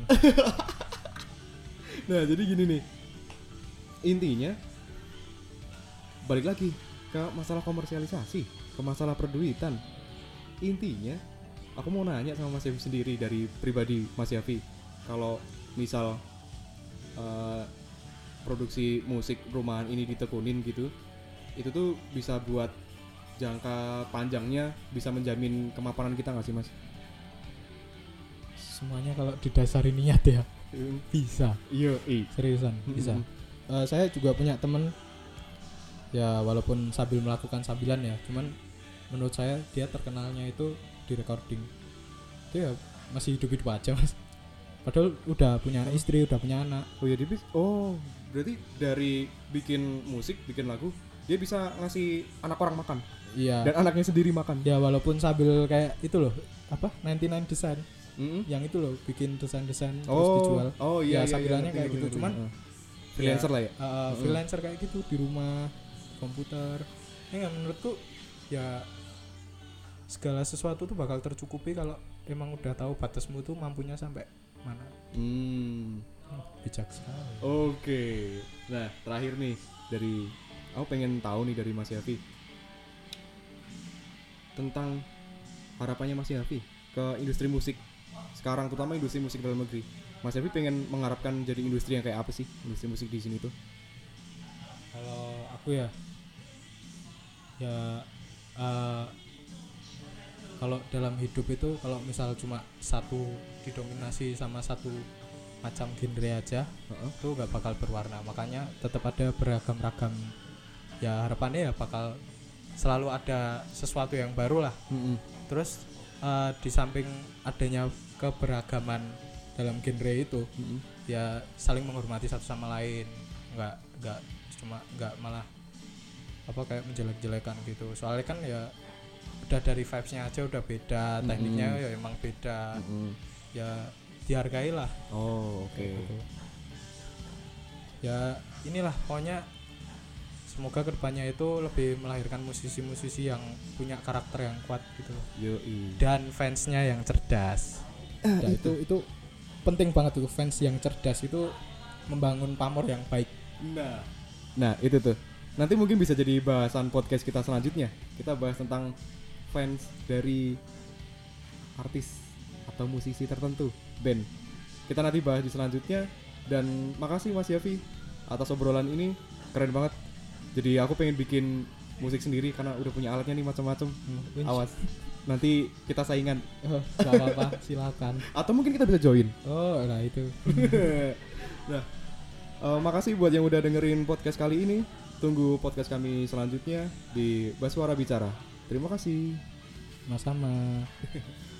Nah jadi gini nih, intinya balik lagi ke masalah komersialisasi, ke masalah perduitan. intinya aku mau nanya sama Mas Yafi sendiri dari pribadi Mas Yafi, kalau misal uh, produksi musik rumahan ini ditekunin gitu, itu tuh bisa buat jangka panjangnya bisa menjamin kemapanan kita nggak sih Mas? Semuanya kalau didasari niat ya bisa. Iya, iya. Seriusan bisa. Mm-hmm. Uh, saya juga punya temen ya walaupun sambil melakukan sambilan ya, cuman menurut saya dia terkenalnya itu di recording. Itu ya masih hidup-hidup aja Mas. Padahal udah punya istri, udah punya anak. Oh ya, dia oh berarti dari bikin musik, bikin lagu, dia bisa ngasih anak orang makan. Iya. Dan anaknya sendiri makan. Ya walaupun sambil kayak itu loh, apa? sembilan puluh sembilan desain. Mm-hmm. Yang itu loh, bikin desain-desain oh, terus dijual. Oh iya, ya, iya sambilannya iya, kayak iya, gitu. iya, Cuman iya. freelancer ya, lah ya. Uh, uh, freelancer kayak gitu di rumah, komputer. Ya menurutku ya segala sesuatu tuh bakal tercukupi kalau emang udah tahu batasmu tuh mampunya sampai mana. Hmm. Oh, bijak sekali. Oke. Okay. Nah, terakhir nih dari aku pengen tahu nih dari Mas Yafi tentang harapannya Mas Yafi ke industri musik sekarang, terutama industri musik dalam negeri. Mas Yafi pengen mengharapkan jadi industri yang kayak apa sih industri musik di sini tuh? Kalau aku ya, ya uh, kalau dalam hidup itu kalau misal cuma satu didominasi sama satu macam genre aja, uh-uh. itu gak bakal berwarna. Makanya tetap ada beragam-ragam. Ya harapannya ya bakal selalu ada sesuatu yang baru lah. Mm-hmm. Terus uh, di samping adanya keberagaman dalam genre itu, mm-hmm. ya saling menghormati satu sama lain. Nggak nggak cuma nggak malah apa kayak menjelek-jelekan gitu. Soalnya kan ya udah dari vibes-nya aja udah beda, mm-hmm. tekniknya ya emang beda. Mm-hmm. Ya dihargailah. Oh, oke. Okay. Gitu. Ya inilah pokoknya semoga kedepannya itu lebih melahirkan musisi-musisi yang punya karakter yang kuat gitu. Yoi. Dan fansnya yang cerdas. Ah, nah, itu. itu itu penting banget tuh, fans yang cerdas itu membangun pamor yang baik. Nah, nah itu tuh. Nanti mungkin bisa jadi bahasan podcast kita selanjutnya. Kita bahas tentang fans dari artis atau musisi tertentu, band. Kita nanti bahas di selanjutnya. Dan makasih Mas Yafi atas obrolan ini, keren banget. Jadi aku pengen bikin musik sendiri karena udah punya alatnya nih macam-macam. Hmm, awas, nanti kita saingan. Oh, gak apa-apa, silakan. Atau mungkin kita bisa join. Oh, nah itu. Nah, uh, makasih buat yang udah dengerin podcast kali ini. Tunggu podcast kami selanjutnya di Baswara Bicara. Terima kasih. Sama-sama.